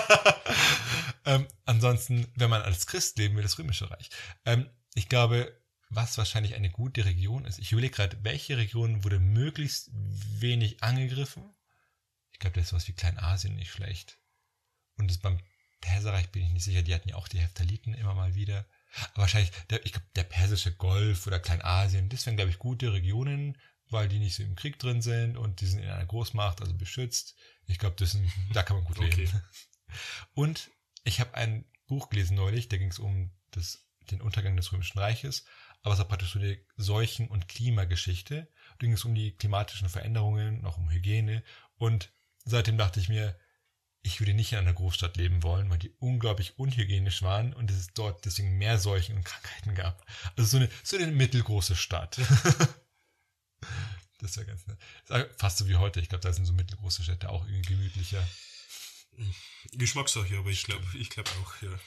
Ansonsten, wenn man als Christ leben will, das Römische Reich. Ich glaube, was wahrscheinlich eine gute Region ist, ich überlege gerade, welche Region wurde möglichst wenig angegriffen. Ich glaube, da ist sowas wie Kleinasien nicht schlecht. Und das beim Perserreich bin ich nicht sicher, die hatten ja auch die Heptaliten immer mal wieder. Aber wahrscheinlich, ich glaube, der Persische Golf oder Kleinasien, das wären, glaube ich, gute Regionen, weil die nicht so im Krieg drin sind und die sind in einer Großmacht, also beschützt. Ich glaube, da kann man gut leben. Und ich habe ein Buch gelesen neulich, da ging es um den Untergang des Römischen Reiches, aber es war praktisch so eine Seuchen- und Klimageschichte. Da ging es um die klimatischen Veränderungen, noch um Hygiene. Und seitdem dachte ich mir, ich würde nicht in einer Großstadt leben wollen, weil die unglaublich unhygienisch waren und es dort deswegen mehr Seuchen und Krankheiten gab. Also so eine mittelgroße Stadt. Das war ganz nett. Fast so wie heute. Ich glaube, da sind so mittelgroße Städte auch irgendwie gemütlicher. Geschmackssache, aber ich glaube auch, ja.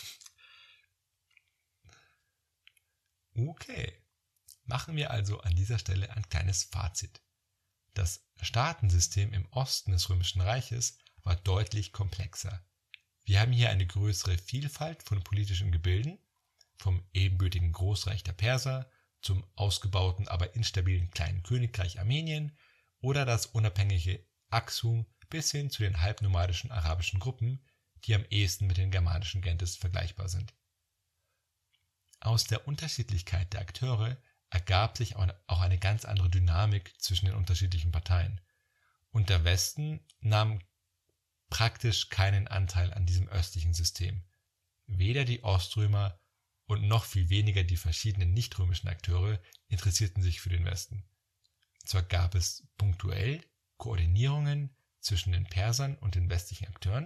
Okay. Machen wir also an dieser Stelle ein kleines Fazit. Das Staatensystem im Osten des Römischen Reiches war deutlich komplexer. Wir haben hier eine größere Vielfalt von politischen Gebilden, vom ebenbürtigen Großreich der Perser zum ausgebauten, aber instabilen kleinen Königreich Armenien oder das unabhängige Aksum bis hin zu den halbnomadischen arabischen Gruppen, die am ehesten mit den germanischen Gentes vergleichbar sind. Aus der Unterschiedlichkeit der Akteure ergab sich auch eine ganz andere Dynamik zwischen den unterschiedlichen Parteien. Und der Westen nahm praktisch keinen Anteil an diesem östlichen System. Weder die Oströmer und noch viel weniger die verschiedenen nicht-römischen Akteure interessierten sich für den Westen. Zwar gab es punktuell Koordinierungen zwischen den Persern und den westlichen Akteuren.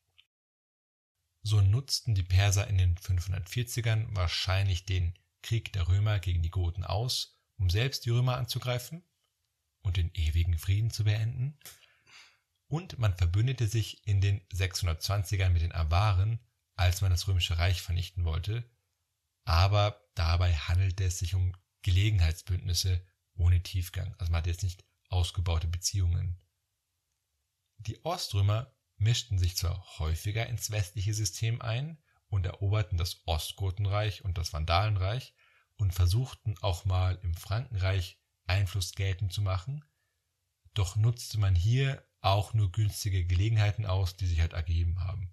So nutzten die Perser in den 540ern wahrscheinlich den Krieg der Römer gegen die Goten aus, um selbst die Römer anzugreifen und den ewigen Frieden zu beenden. Und man verbündete sich in den 620ern mit den Awaren, als man das Römische Reich vernichten wollte. Aber dabei handelte es sich um Gelegenheitsbündnisse ohne Tiefgang. Also man hatte jetzt nicht ausgebaute Beziehungen. Die Oströmer mischten sich zwar häufiger ins westliche System ein und eroberten das Ostgotenreich und das Vandalenreich und versuchten auch mal im Frankenreich Einfluss geltend zu machen, doch nutzte man hier auch nur günstige Gelegenheiten aus, die sich halt ergeben haben.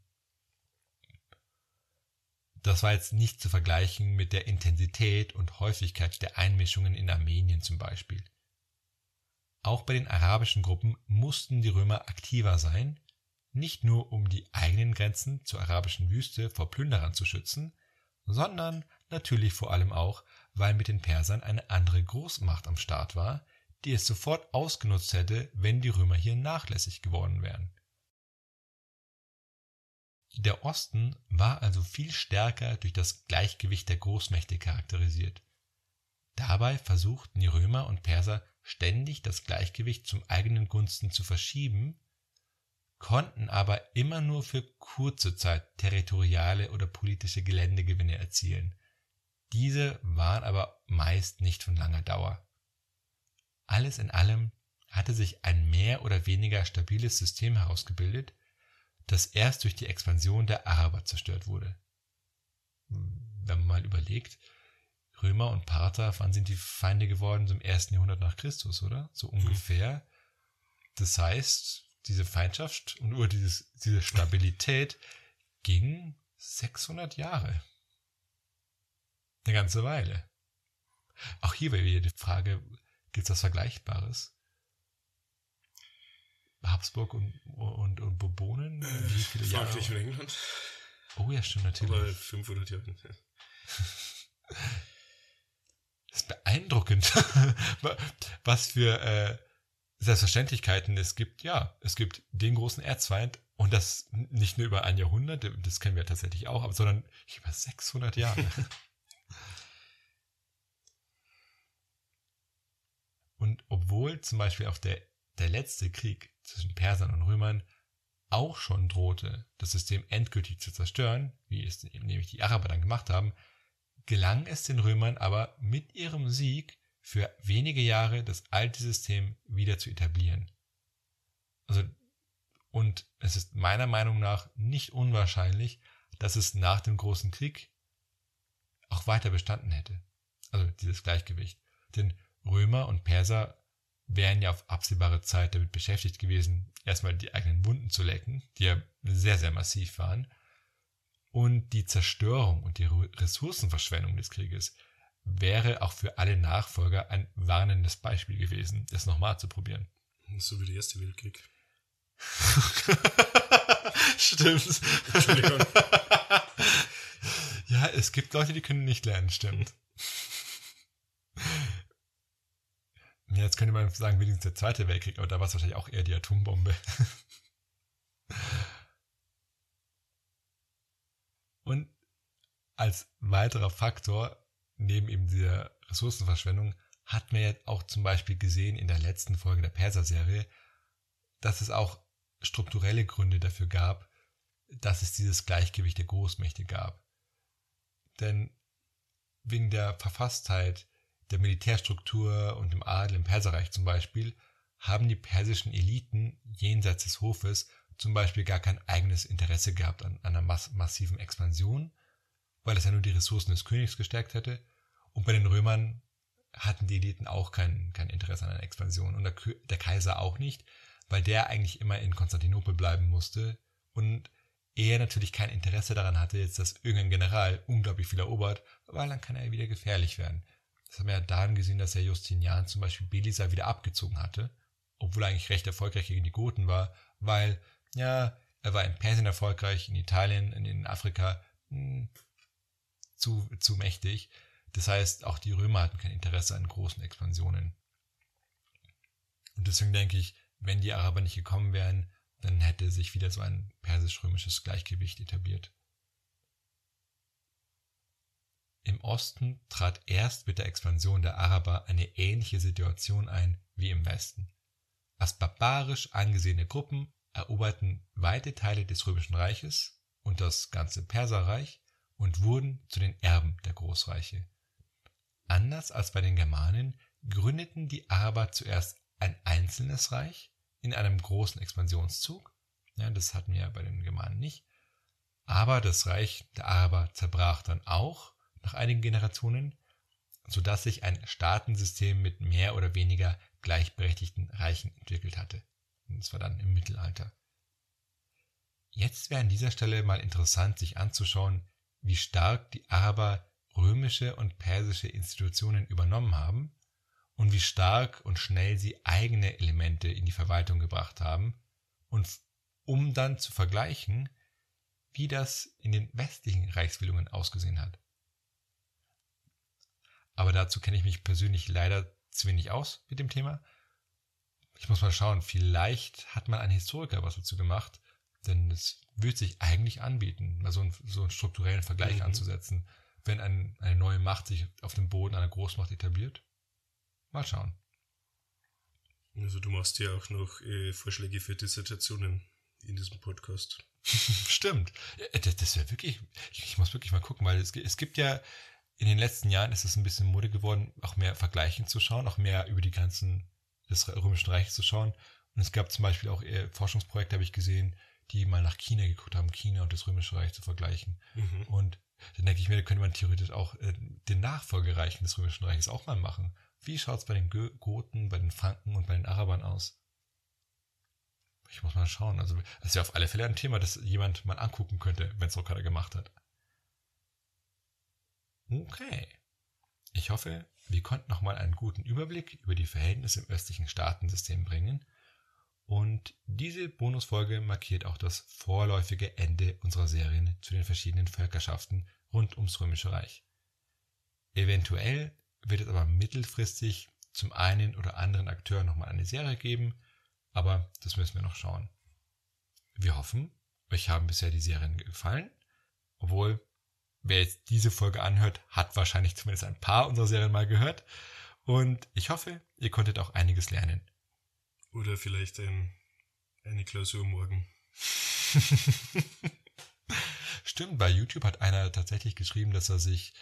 Das war jetzt nicht zu vergleichen mit der Intensität und Häufigkeit der Einmischungen in Armenien zum Beispiel. Auch bei den arabischen Gruppen mussten die Römer aktiver sein, nicht nur um die eigenen Grenzen zur arabischen Wüste vor Plünderern zu schützen, sondern natürlich vor allem auch, weil mit den Persern eine andere Großmacht am Start war, die es sofort ausgenutzt hätte, wenn die Römer hier nachlässig geworden wären. Der Osten war also viel stärker durch das Gleichgewicht der Großmächte charakterisiert. Dabei versuchten die Römer und Perser ständig das Gleichgewicht zum eigenen Gunsten zu verschieben, konnten aber immer nur für kurze Zeit territoriale oder politische Geländegewinne erzielen. Diese waren aber meist nicht von langer Dauer. Alles in allem hatte sich ein mehr oder weniger stabiles System herausgebildet, das erst durch die Expansion der Araber zerstört wurde. Wenn man mal überlegt, Römer und Parther, wann sind die Feinde geworden? So im 1. Jahrhundert nach Christus, oder? So ungefähr. Das heißt, diese Feindschaft und diese Stabilität ging 600 Jahre. Eine ganze Weile. Auch hier wäre wieder die Frage, gibt es was Vergleichbares? Habsburg und Bourbonen? Wie viele Jahre? Frankreich und England. Oh ja, stimmt, natürlich. Aber 500 Jahre. Das ist beeindruckend, was für Selbstverständlichkeiten es gibt. Ja, es gibt den großen Erzfeind und das nicht nur über ein Jahrhundert, das kennen wir tatsächlich auch, sondern über 600 Jahre. Und obwohl zum Beispiel auch der letzte Krieg zwischen Persern und Römern auch schon drohte, das System endgültig zu zerstören, wie es nämlich die Araber dann gemacht haben, gelang es den Römern aber mit ihrem Sieg für wenige Jahre das alte System wieder zu etablieren. Und es ist meiner Meinung nach nicht unwahrscheinlich, dass es nach dem Großen Krieg auch weiter bestanden hätte. Also dieses Gleichgewicht. Denn Römer und Perser wären ja auf absehbare Zeit damit beschäftigt gewesen, erstmal die eigenen Wunden zu lecken, die ja sehr, sehr massiv waren. Und die Zerstörung und die Ressourcenverschwendung des Krieges wäre auch für alle Nachfolger ein warnendes Beispiel gewesen, das nochmal zu probieren. So wie der Erste Weltkrieg. Stimmt. Entschuldigung. Ja, Es gibt Leute, die können nicht lernen, stimmt. Ja, jetzt könnte man sagen, wenigstens der Zweite Weltkrieg, aber da war es wahrscheinlich auch eher die Atombombe. Und als weiterer Faktor, neben eben dieser Ressourcenverschwendung, hat man ja auch zum Beispiel gesehen in der letzten Folge der Perser-Serie, dass es auch strukturelle Gründe dafür gab, dass es dieses Gleichgewicht der Großmächte gab. Denn wegen der Verfasstheit der Militärstruktur und dem Adel im Perserreich zum Beispiel, haben die persischen Eliten jenseits des Hofes zum Beispiel gar kein eigenes Interesse gehabt an einer massiven Expansion, weil es ja nur die Ressourcen des Königs gestärkt hätte. Und bei den Römern hatten die Eliten auch kein Interesse an einer Expansion. Und der Kaiser auch nicht, weil der eigentlich immer in Konstantinopel bleiben musste und er natürlich kein Interesse daran hatte, jetzt, dass irgendein General unglaublich viel erobert, weil dann kann er wieder gefährlich werden. Das haben wir ja daran gesehen, dass der Justinian zum Beispiel Belisar wieder abgezogen hatte, obwohl er eigentlich recht erfolgreich gegen die Goten war, weil, ja, er war in Persien erfolgreich, in Italien, in Afrika zu mächtig. Das heißt, auch die Römer hatten kein Interesse an großen Expansionen. Und deswegen denke ich, wenn die Araber nicht gekommen wären, dann hätte sich wieder so ein persisch-römisches Gleichgewicht etabliert. Im Osten trat erst mit der Expansion der Araber eine ähnliche Situation ein wie im Westen. Als barbarisch angesehene Gruppen eroberten weite Teile des Römischen Reiches und das ganze Perserreich und wurden zu den Erben der Großreiche. Anders als bei den Germanen gründeten die Araber zuerst ein einzelnes Reich in einem großen Expansionszug. Ja, das hatten wir ja bei den Germanen nicht. Aber das Reich der Araber zerbrach dann auch nach einigen Generationen, sodass sich ein Staatensystem mit mehr oder weniger gleichberechtigten Reichen entwickelt hatte. Und das war dann im Mittelalter. Jetzt wäre an dieser Stelle mal interessant, sich anzuschauen, wie stark die Araber römische und persische Institutionen übernommen haben und wie stark und schnell sie eigene Elemente in die Verwaltung gebracht haben, und um dann zu vergleichen, wie das in den westlichen Reichsbildungen ausgesehen hat. Aber dazu kenne ich mich persönlich leider zu wenig aus mit dem Thema. Ich muss mal schauen, vielleicht hat mal ein Historiker was dazu gemacht, denn es würde sich eigentlich anbieten, mal so einen strukturellen Vergleich anzusetzen, wenn eine neue Macht sich auf dem Boden einer Großmacht etabliert. Mal schauen. Also du machst ja auch noch Vorschläge für Dissertationen in diesem Podcast. Stimmt. Das wäre wirklich, ich muss wirklich mal gucken, weil es gibt ja, in den letzten Jahren ist es ein bisschen Mode geworden, auch mehr Vergleichen zu schauen, auch mehr über die Grenzen des Römischen Reiches zu schauen. Und es gab zum Beispiel auch Forschungsprojekte, habe ich gesehen, die mal nach China geguckt haben, China und das Römische Reich zu vergleichen. Und dann denke ich mir, da könnte man theoretisch auch den Nachfolgereichen des Römischen Reiches auch mal machen. Wie schaut es bei den Goten, bei den Franken und bei den Arabern aus? Ich muss mal schauen. Also es wäre auf alle Fälle ein Thema, das jemand mal angucken könnte, wenn es auch gerade gemacht hat. Okay. Ich hoffe, wir konnten nochmal einen guten Überblick über die Verhältnisse im östlichen Staatensystem bringen. Und diese Bonusfolge markiert auch das vorläufige Ende unserer Serien zu den verschiedenen Völkerschaften rund ums Römische Reich. Eventuell wird es aber mittelfristig zum einen oder anderen Akteur nochmal eine Serie geben, aber das müssen wir noch schauen. Wir hoffen, euch haben bisher die Serien gefallen, obwohl wer jetzt diese Folge anhört, hat wahrscheinlich zumindest ein paar unserer Serien mal gehört, und ich hoffe, ihr konntet auch einiges lernen. Oder vielleicht eine Klausur morgen. Stimmt, bei YouTube hat einer tatsächlich geschrieben, dass er sich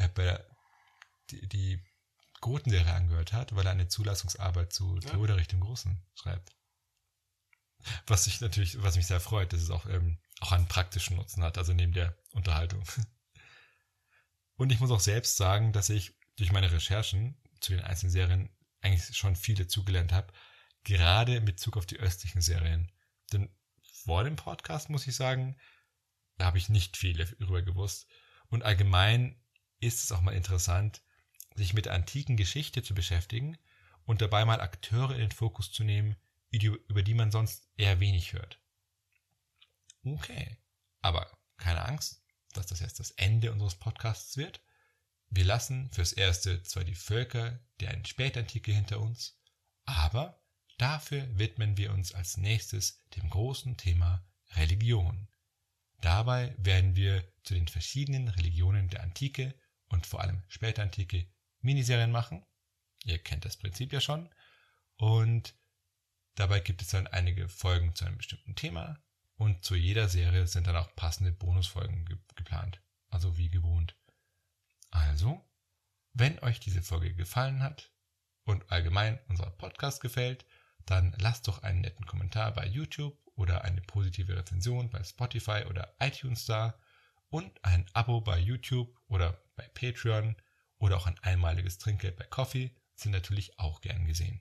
die Goten-Serie angehört hat, weil er eine Zulassungsarbeit zu Theoderich dem Großen schreibt. Was mich sehr freut, dass es auch einen praktischen Nutzen hat, also neben der Unterhaltung. Und ich muss auch selbst sagen, dass ich durch meine Recherchen zu den einzelnen Serien eigentlich schon viel dazugelernt habe, gerade in Bezug auf die östlichen Serien. Denn vor dem Podcast, muss ich sagen, da habe ich nicht viel darüber gewusst. Und allgemein ist es auch mal interessant, sich mit der antiken Geschichte zu beschäftigen und dabei mal Akteure in den Fokus zu nehmen, über die man sonst eher wenig hört. Okay, aber keine Angst, dass das jetzt das Ende unseres Podcasts wird. Wir lassen fürs Erste zwar die Völker der Spätantike hinter uns, aber dafür widmen wir uns als nächstes dem großen Thema Religion. Dabei werden wir zu den verschiedenen Religionen der Antike und vor allem Spätantike Miniserien machen. Ihr kennt das Prinzip ja schon. Und dabei gibt es dann einige Folgen zu einem bestimmten Thema und zu jeder Serie sind dann auch passende Bonusfolgen geplant. Also wie gewohnt. Also, wenn euch diese Folge gefallen hat und allgemein unser Podcast gefällt, dann lasst doch einen netten Kommentar bei YouTube oder eine positive Rezension bei Spotify oder iTunes da und ein Abo bei YouTube oder bei Patreon oder auch ein einmaliges Trinkgeld bei Coffee sind natürlich auch gern gesehen.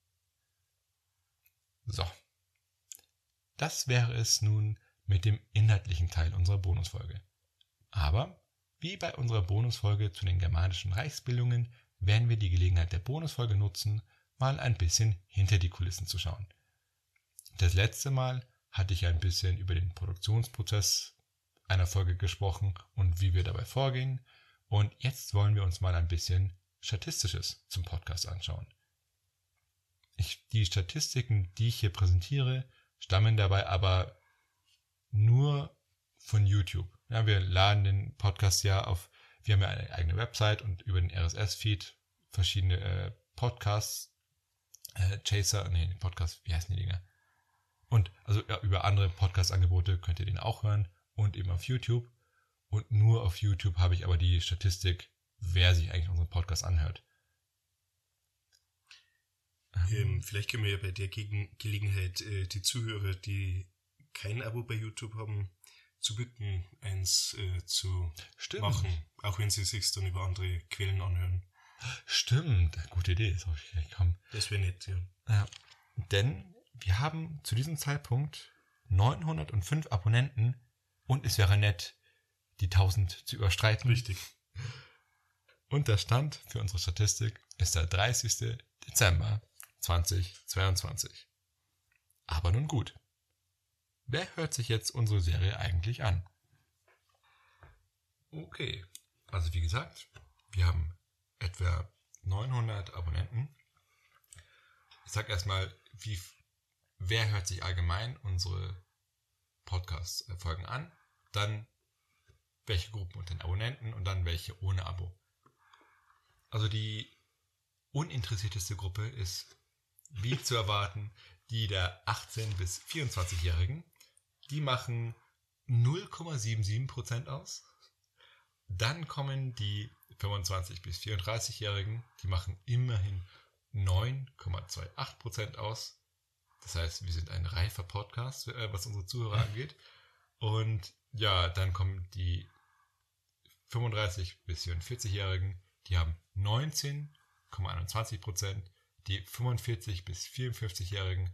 So, das wäre es nun mit dem inhaltlichen Teil unserer Bonusfolge. Aber wie bei unserer Bonusfolge zu den germanischen Reichsbildungen werden wir die Gelegenheit der Bonusfolge nutzen, mal ein bisschen hinter die Kulissen zu schauen. Das letzte Mal hatte ich ein bisschen über den Produktionsprozess einer Folge gesprochen und wie wir dabei vorgehen. Und jetzt wollen wir uns mal ein bisschen Statistisches zum Podcast anschauen. Die Statistiken, die ich hier präsentiere, stammen dabei aber nur von YouTube. Ja, wir laden den Podcast ja auf, wir haben ja eine eigene Website und über den RSS-Feed verschiedene Podcasts, wie heißen die Dinger? Und also ja, über andere Podcast-Angebote könnt ihr den auch hören und eben auf YouTube. Und nur auf YouTube habe ich aber die Statistik, wer sich eigentlich unseren Podcast anhört. Vielleicht können wir ja bei der Gelegenheit die Zuhörer, die kein Abo bei YouTube haben, zu bitten, eins zu machen, auch wenn sie es sich dann über andere Quellen anhören. Stimmt, gute Idee, ist auf ich gekommen. Das wäre nett, ja. Ja. Denn wir haben zu diesem Zeitpunkt 905 Abonnenten und es wäre nett, die 1000 zu überstreiten. Richtig. Und der Stand für unsere Statistik ist der 30. Dezember 2022. Aber nun gut. Wer hört sich jetzt unsere Serie eigentlich an? Okay, also wie gesagt, wir haben etwa 900 Abonnenten. Ich sag erstmal, wer hört sich allgemein unsere Podcast-Folgen an, dann welche Gruppen unter den Abonnenten und dann welche ohne Abo. Also die uninteressierteste Gruppe ist, wie zu erwarten, die der 18- bis 24-Jährigen. Die machen 0,77% aus. Dann kommen die 25- bis 34-Jährigen, die machen immerhin 9,28% aus. Das heißt, wir sind ein reifer Podcast, was unsere Zuhörer angeht. Und ja, dann kommen die 35- bis 44-Jährigen, die haben 19,21%. Die 45- bis 54-Jährigen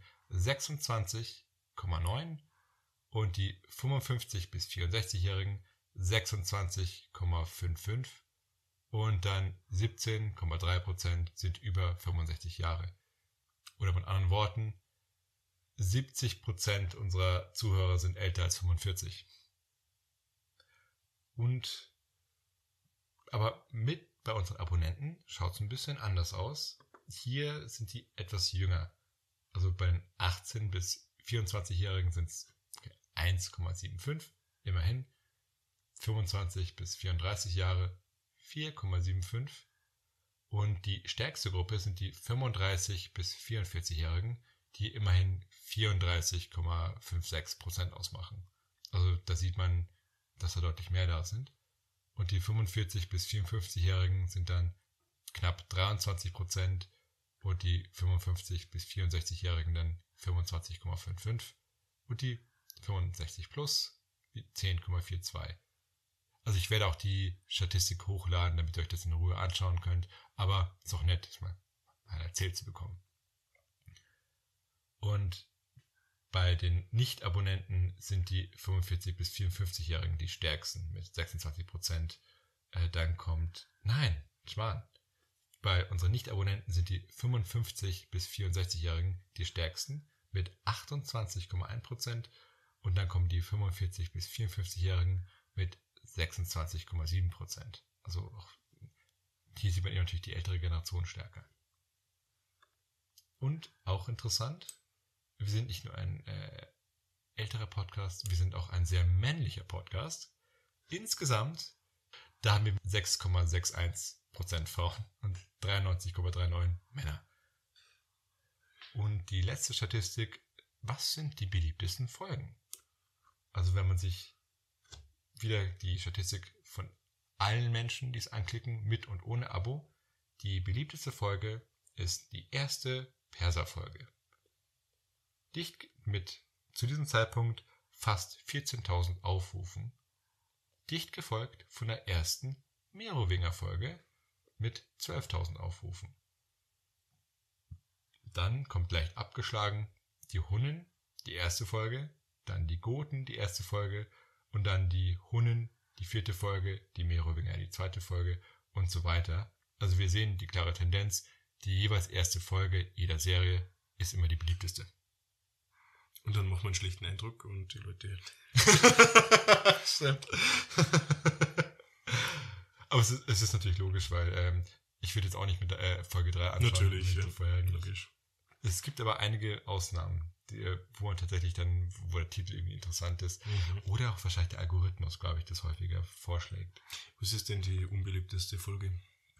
26,9% und die 55- bis 64-Jährigen 26,55% und dann 17,3% sind über 65 Jahre. Oder mit anderen Worten, 70% unserer Zuhörer sind älter als 45. Aber bei unseren Abonnenten schaut es ein bisschen anders aus. Hier sind die etwas jünger. Also bei den 18- bis 24-Jährigen sind es 1,75, immerhin. 25 bis 34 Jahre 4,75. Und die stärkste Gruppe sind die 35 bis 44-Jährigen, die immerhin 34,56% ausmachen. Also da sieht man, dass da deutlich mehr da sind. Und die 45 bis 54-Jährigen sind dann knapp 23% und die 55 bis 64-Jährigen dann 25,55 und die 65 plus 10,42. Also ich werde auch die Statistik hochladen, damit ihr euch das in Ruhe anschauen könnt, aber es ist auch nett, das mal erzählt zu bekommen. Und bei den Nicht-Abonnenten sind die 45 bis 54-Jährigen die stärksten mit 26%. Dann kommt, bei unseren Nicht-Abonnenten sind die 55 bis 64-Jährigen die stärksten mit 28,1% und dann kommen die 45 bis 54-Jährigen mit 26,7%. Also auch hier sieht man eben natürlich die ältere Generation stärker. Und auch interessant, wir sind nicht nur ein älterer Podcast, wir sind auch ein sehr männlicher Podcast. Insgesamt, da haben wir 6,61% Frauen und 93,39% Männer. Und die letzte Statistik, was sind die beliebtesten Folgen? Also wenn man sich wieder die Statistik von allen Menschen, die es anklicken, mit und ohne Abo, die beliebteste Folge ist die erste Perser-Folge. Dicht mit zu diesem Zeitpunkt fast 14.000 Aufrufen. Dicht gefolgt von der ersten Merowinger-Folge mit 12.000 Aufrufen. Dann kommt leicht abgeschlagen die Hunnen, die erste Folge, dann die Goten, die erste Folge und dann die Hunnen, die vierte Folge, die Merowinger, die zweite Folge und so weiter. Also wir sehen die klare Tendenz, die jeweils erste Folge jeder Serie ist immer die beliebteste. Und dann macht man einen schlechten Eindruck und die Leute... Stimmt. Aber es ist natürlich logisch, weil ich würde jetzt auch nicht mit Folge 3 anschauen. Natürlich, ja. Logisch. Es gibt aber einige Ausnahmen, wo man tatsächlich dann, wo der Titel irgendwie interessant ist. Oder auch wahrscheinlich der Algorithmus, glaube ich, das häufiger vorschlägt. Was ist denn die unbeliebteste Folge?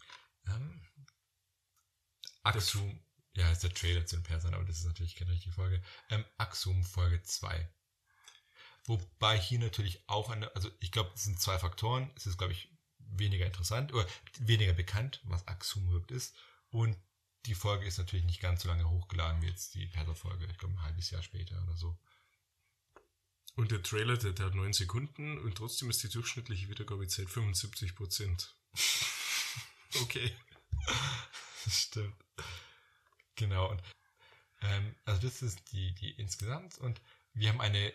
Axum, ja, ist der Trailer zu den Persern, aber das ist natürlich keine richtige Folge. Axum Folge 2. Wobei hier natürlich auch also ich glaube, es sind zwei Faktoren. Es ist, glaube ich, weniger interessant oder weniger bekannt, was Axum überhaupt ist. Und die Folge ist natürlich nicht ganz so lange hochgeladen wie jetzt die Perser-Folge. Ich glaube, ein halbes Jahr später oder so. Und der Trailer, der hat 9 Sekunden und trotzdem ist die durchschnittliche Wiedergabezeit 75%. Okay. Stimmt. Genau. Und, also das ist die insgesamt. Und wir haben eine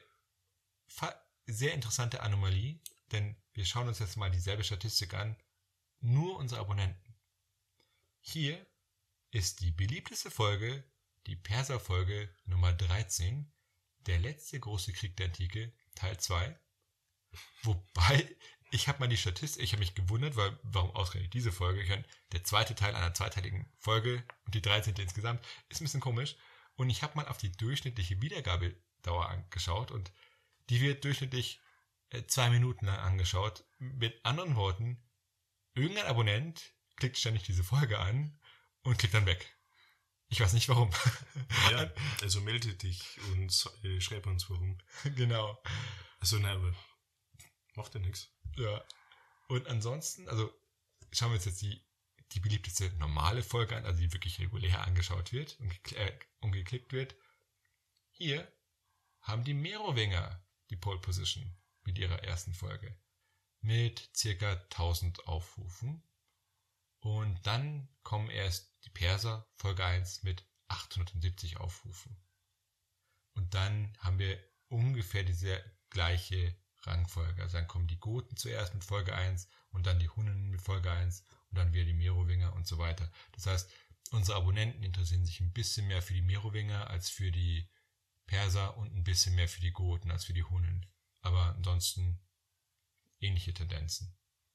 sehr interessante Anomalie, denn wir schauen uns jetzt mal dieselbe Statistik an. Nur unsere Abonnenten. Hier ist die beliebteste Folge, die Perser-Folge Nummer 13, der letzte große Krieg der Antike, Teil 2. Wobei, ich habe mich gewundert, warum ausgerechnet diese Folge. Ich meine, der zweite Teil einer zweiteiligen Folge und die 13. insgesamt ist ein bisschen komisch. Und ich habe mal auf die durchschnittliche Wiedergabedauer angeschaut und die wird durchschnittlich 2 Minuten lang angeschaut. Mit anderen Worten, irgendein Abonnent klickt ständig diese Folge an und klickt dann weg. Ich weiß nicht warum. Ja, also melde dich und schreib uns warum. Genau. Also nein, aber macht ja nichts. Ja. Und ansonsten, also schauen wir uns jetzt die beliebteste normale Folge an, also die wirklich regulär angeschaut wird und geklickt wird. Hier haben die Merowinger die Pole Position mit ihrer ersten Folge mit ca. 1000 Aufrufen. Und dann kommen erst die Perser, Folge 1 mit 870 Aufrufen. Und dann haben wir ungefähr diese gleiche Rangfolge. Also dann kommen die Goten zuerst mit Folge 1 und dann die Hunnen mit Folge 1 und dann wieder die Merowinger und so weiter. Das heißt, unsere Abonnenten interessieren sich ein bisschen mehr für die Merowinger als für die Perser und ein bisschen mehr für die Goten als für die Hunnen. Aber ansonsten ähnliche Tendenzen.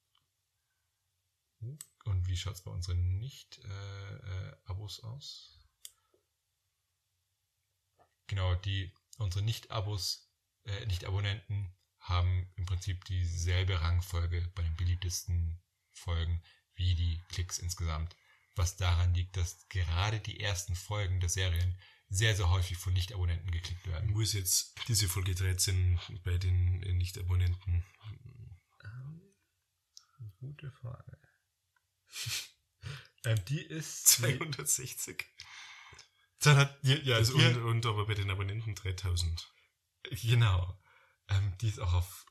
Und wie schaut es bei unseren Nicht-Abos aus? Genau, unsere Nicht-Abonnenten haben im Prinzip dieselbe Rangfolge bei den beliebtesten Folgen wie die Klicks insgesamt. Was daran liegt, dass gerade die ersten Folgen der Serien sehr, sehr häufig von Nicht-Abonnenten geklickt werden. Wo ist jetzt diese Folge 13 bei den Nicht-Abonnenten? Gute Frage. Die ist 260. Ja, also und aber bei den Abonnenten 3000. Genau. Die ist auch auf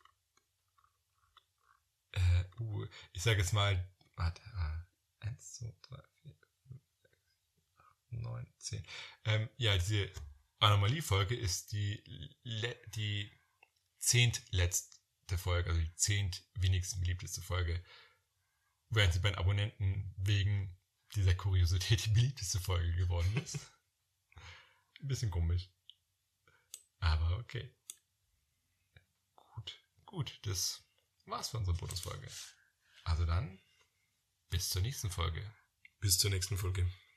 ich sage jetzt mal 1, 2, 3, 4, 5, 6, 8, 9, 10. Ja, diese Anomalie-Folge ist die 10. letzte Folge, also die 10. wenigsten beliebteste Folge. Während sie bei den Abonnenten wegen dieser Kuriosität die beliebteste Folge geworden ist. Ein bisschen komisch. Aber okay. Gut, das war's für unsere Bonusfolge. Also dann, bis zur nächsten Folge. Bis zur nächsten Folge.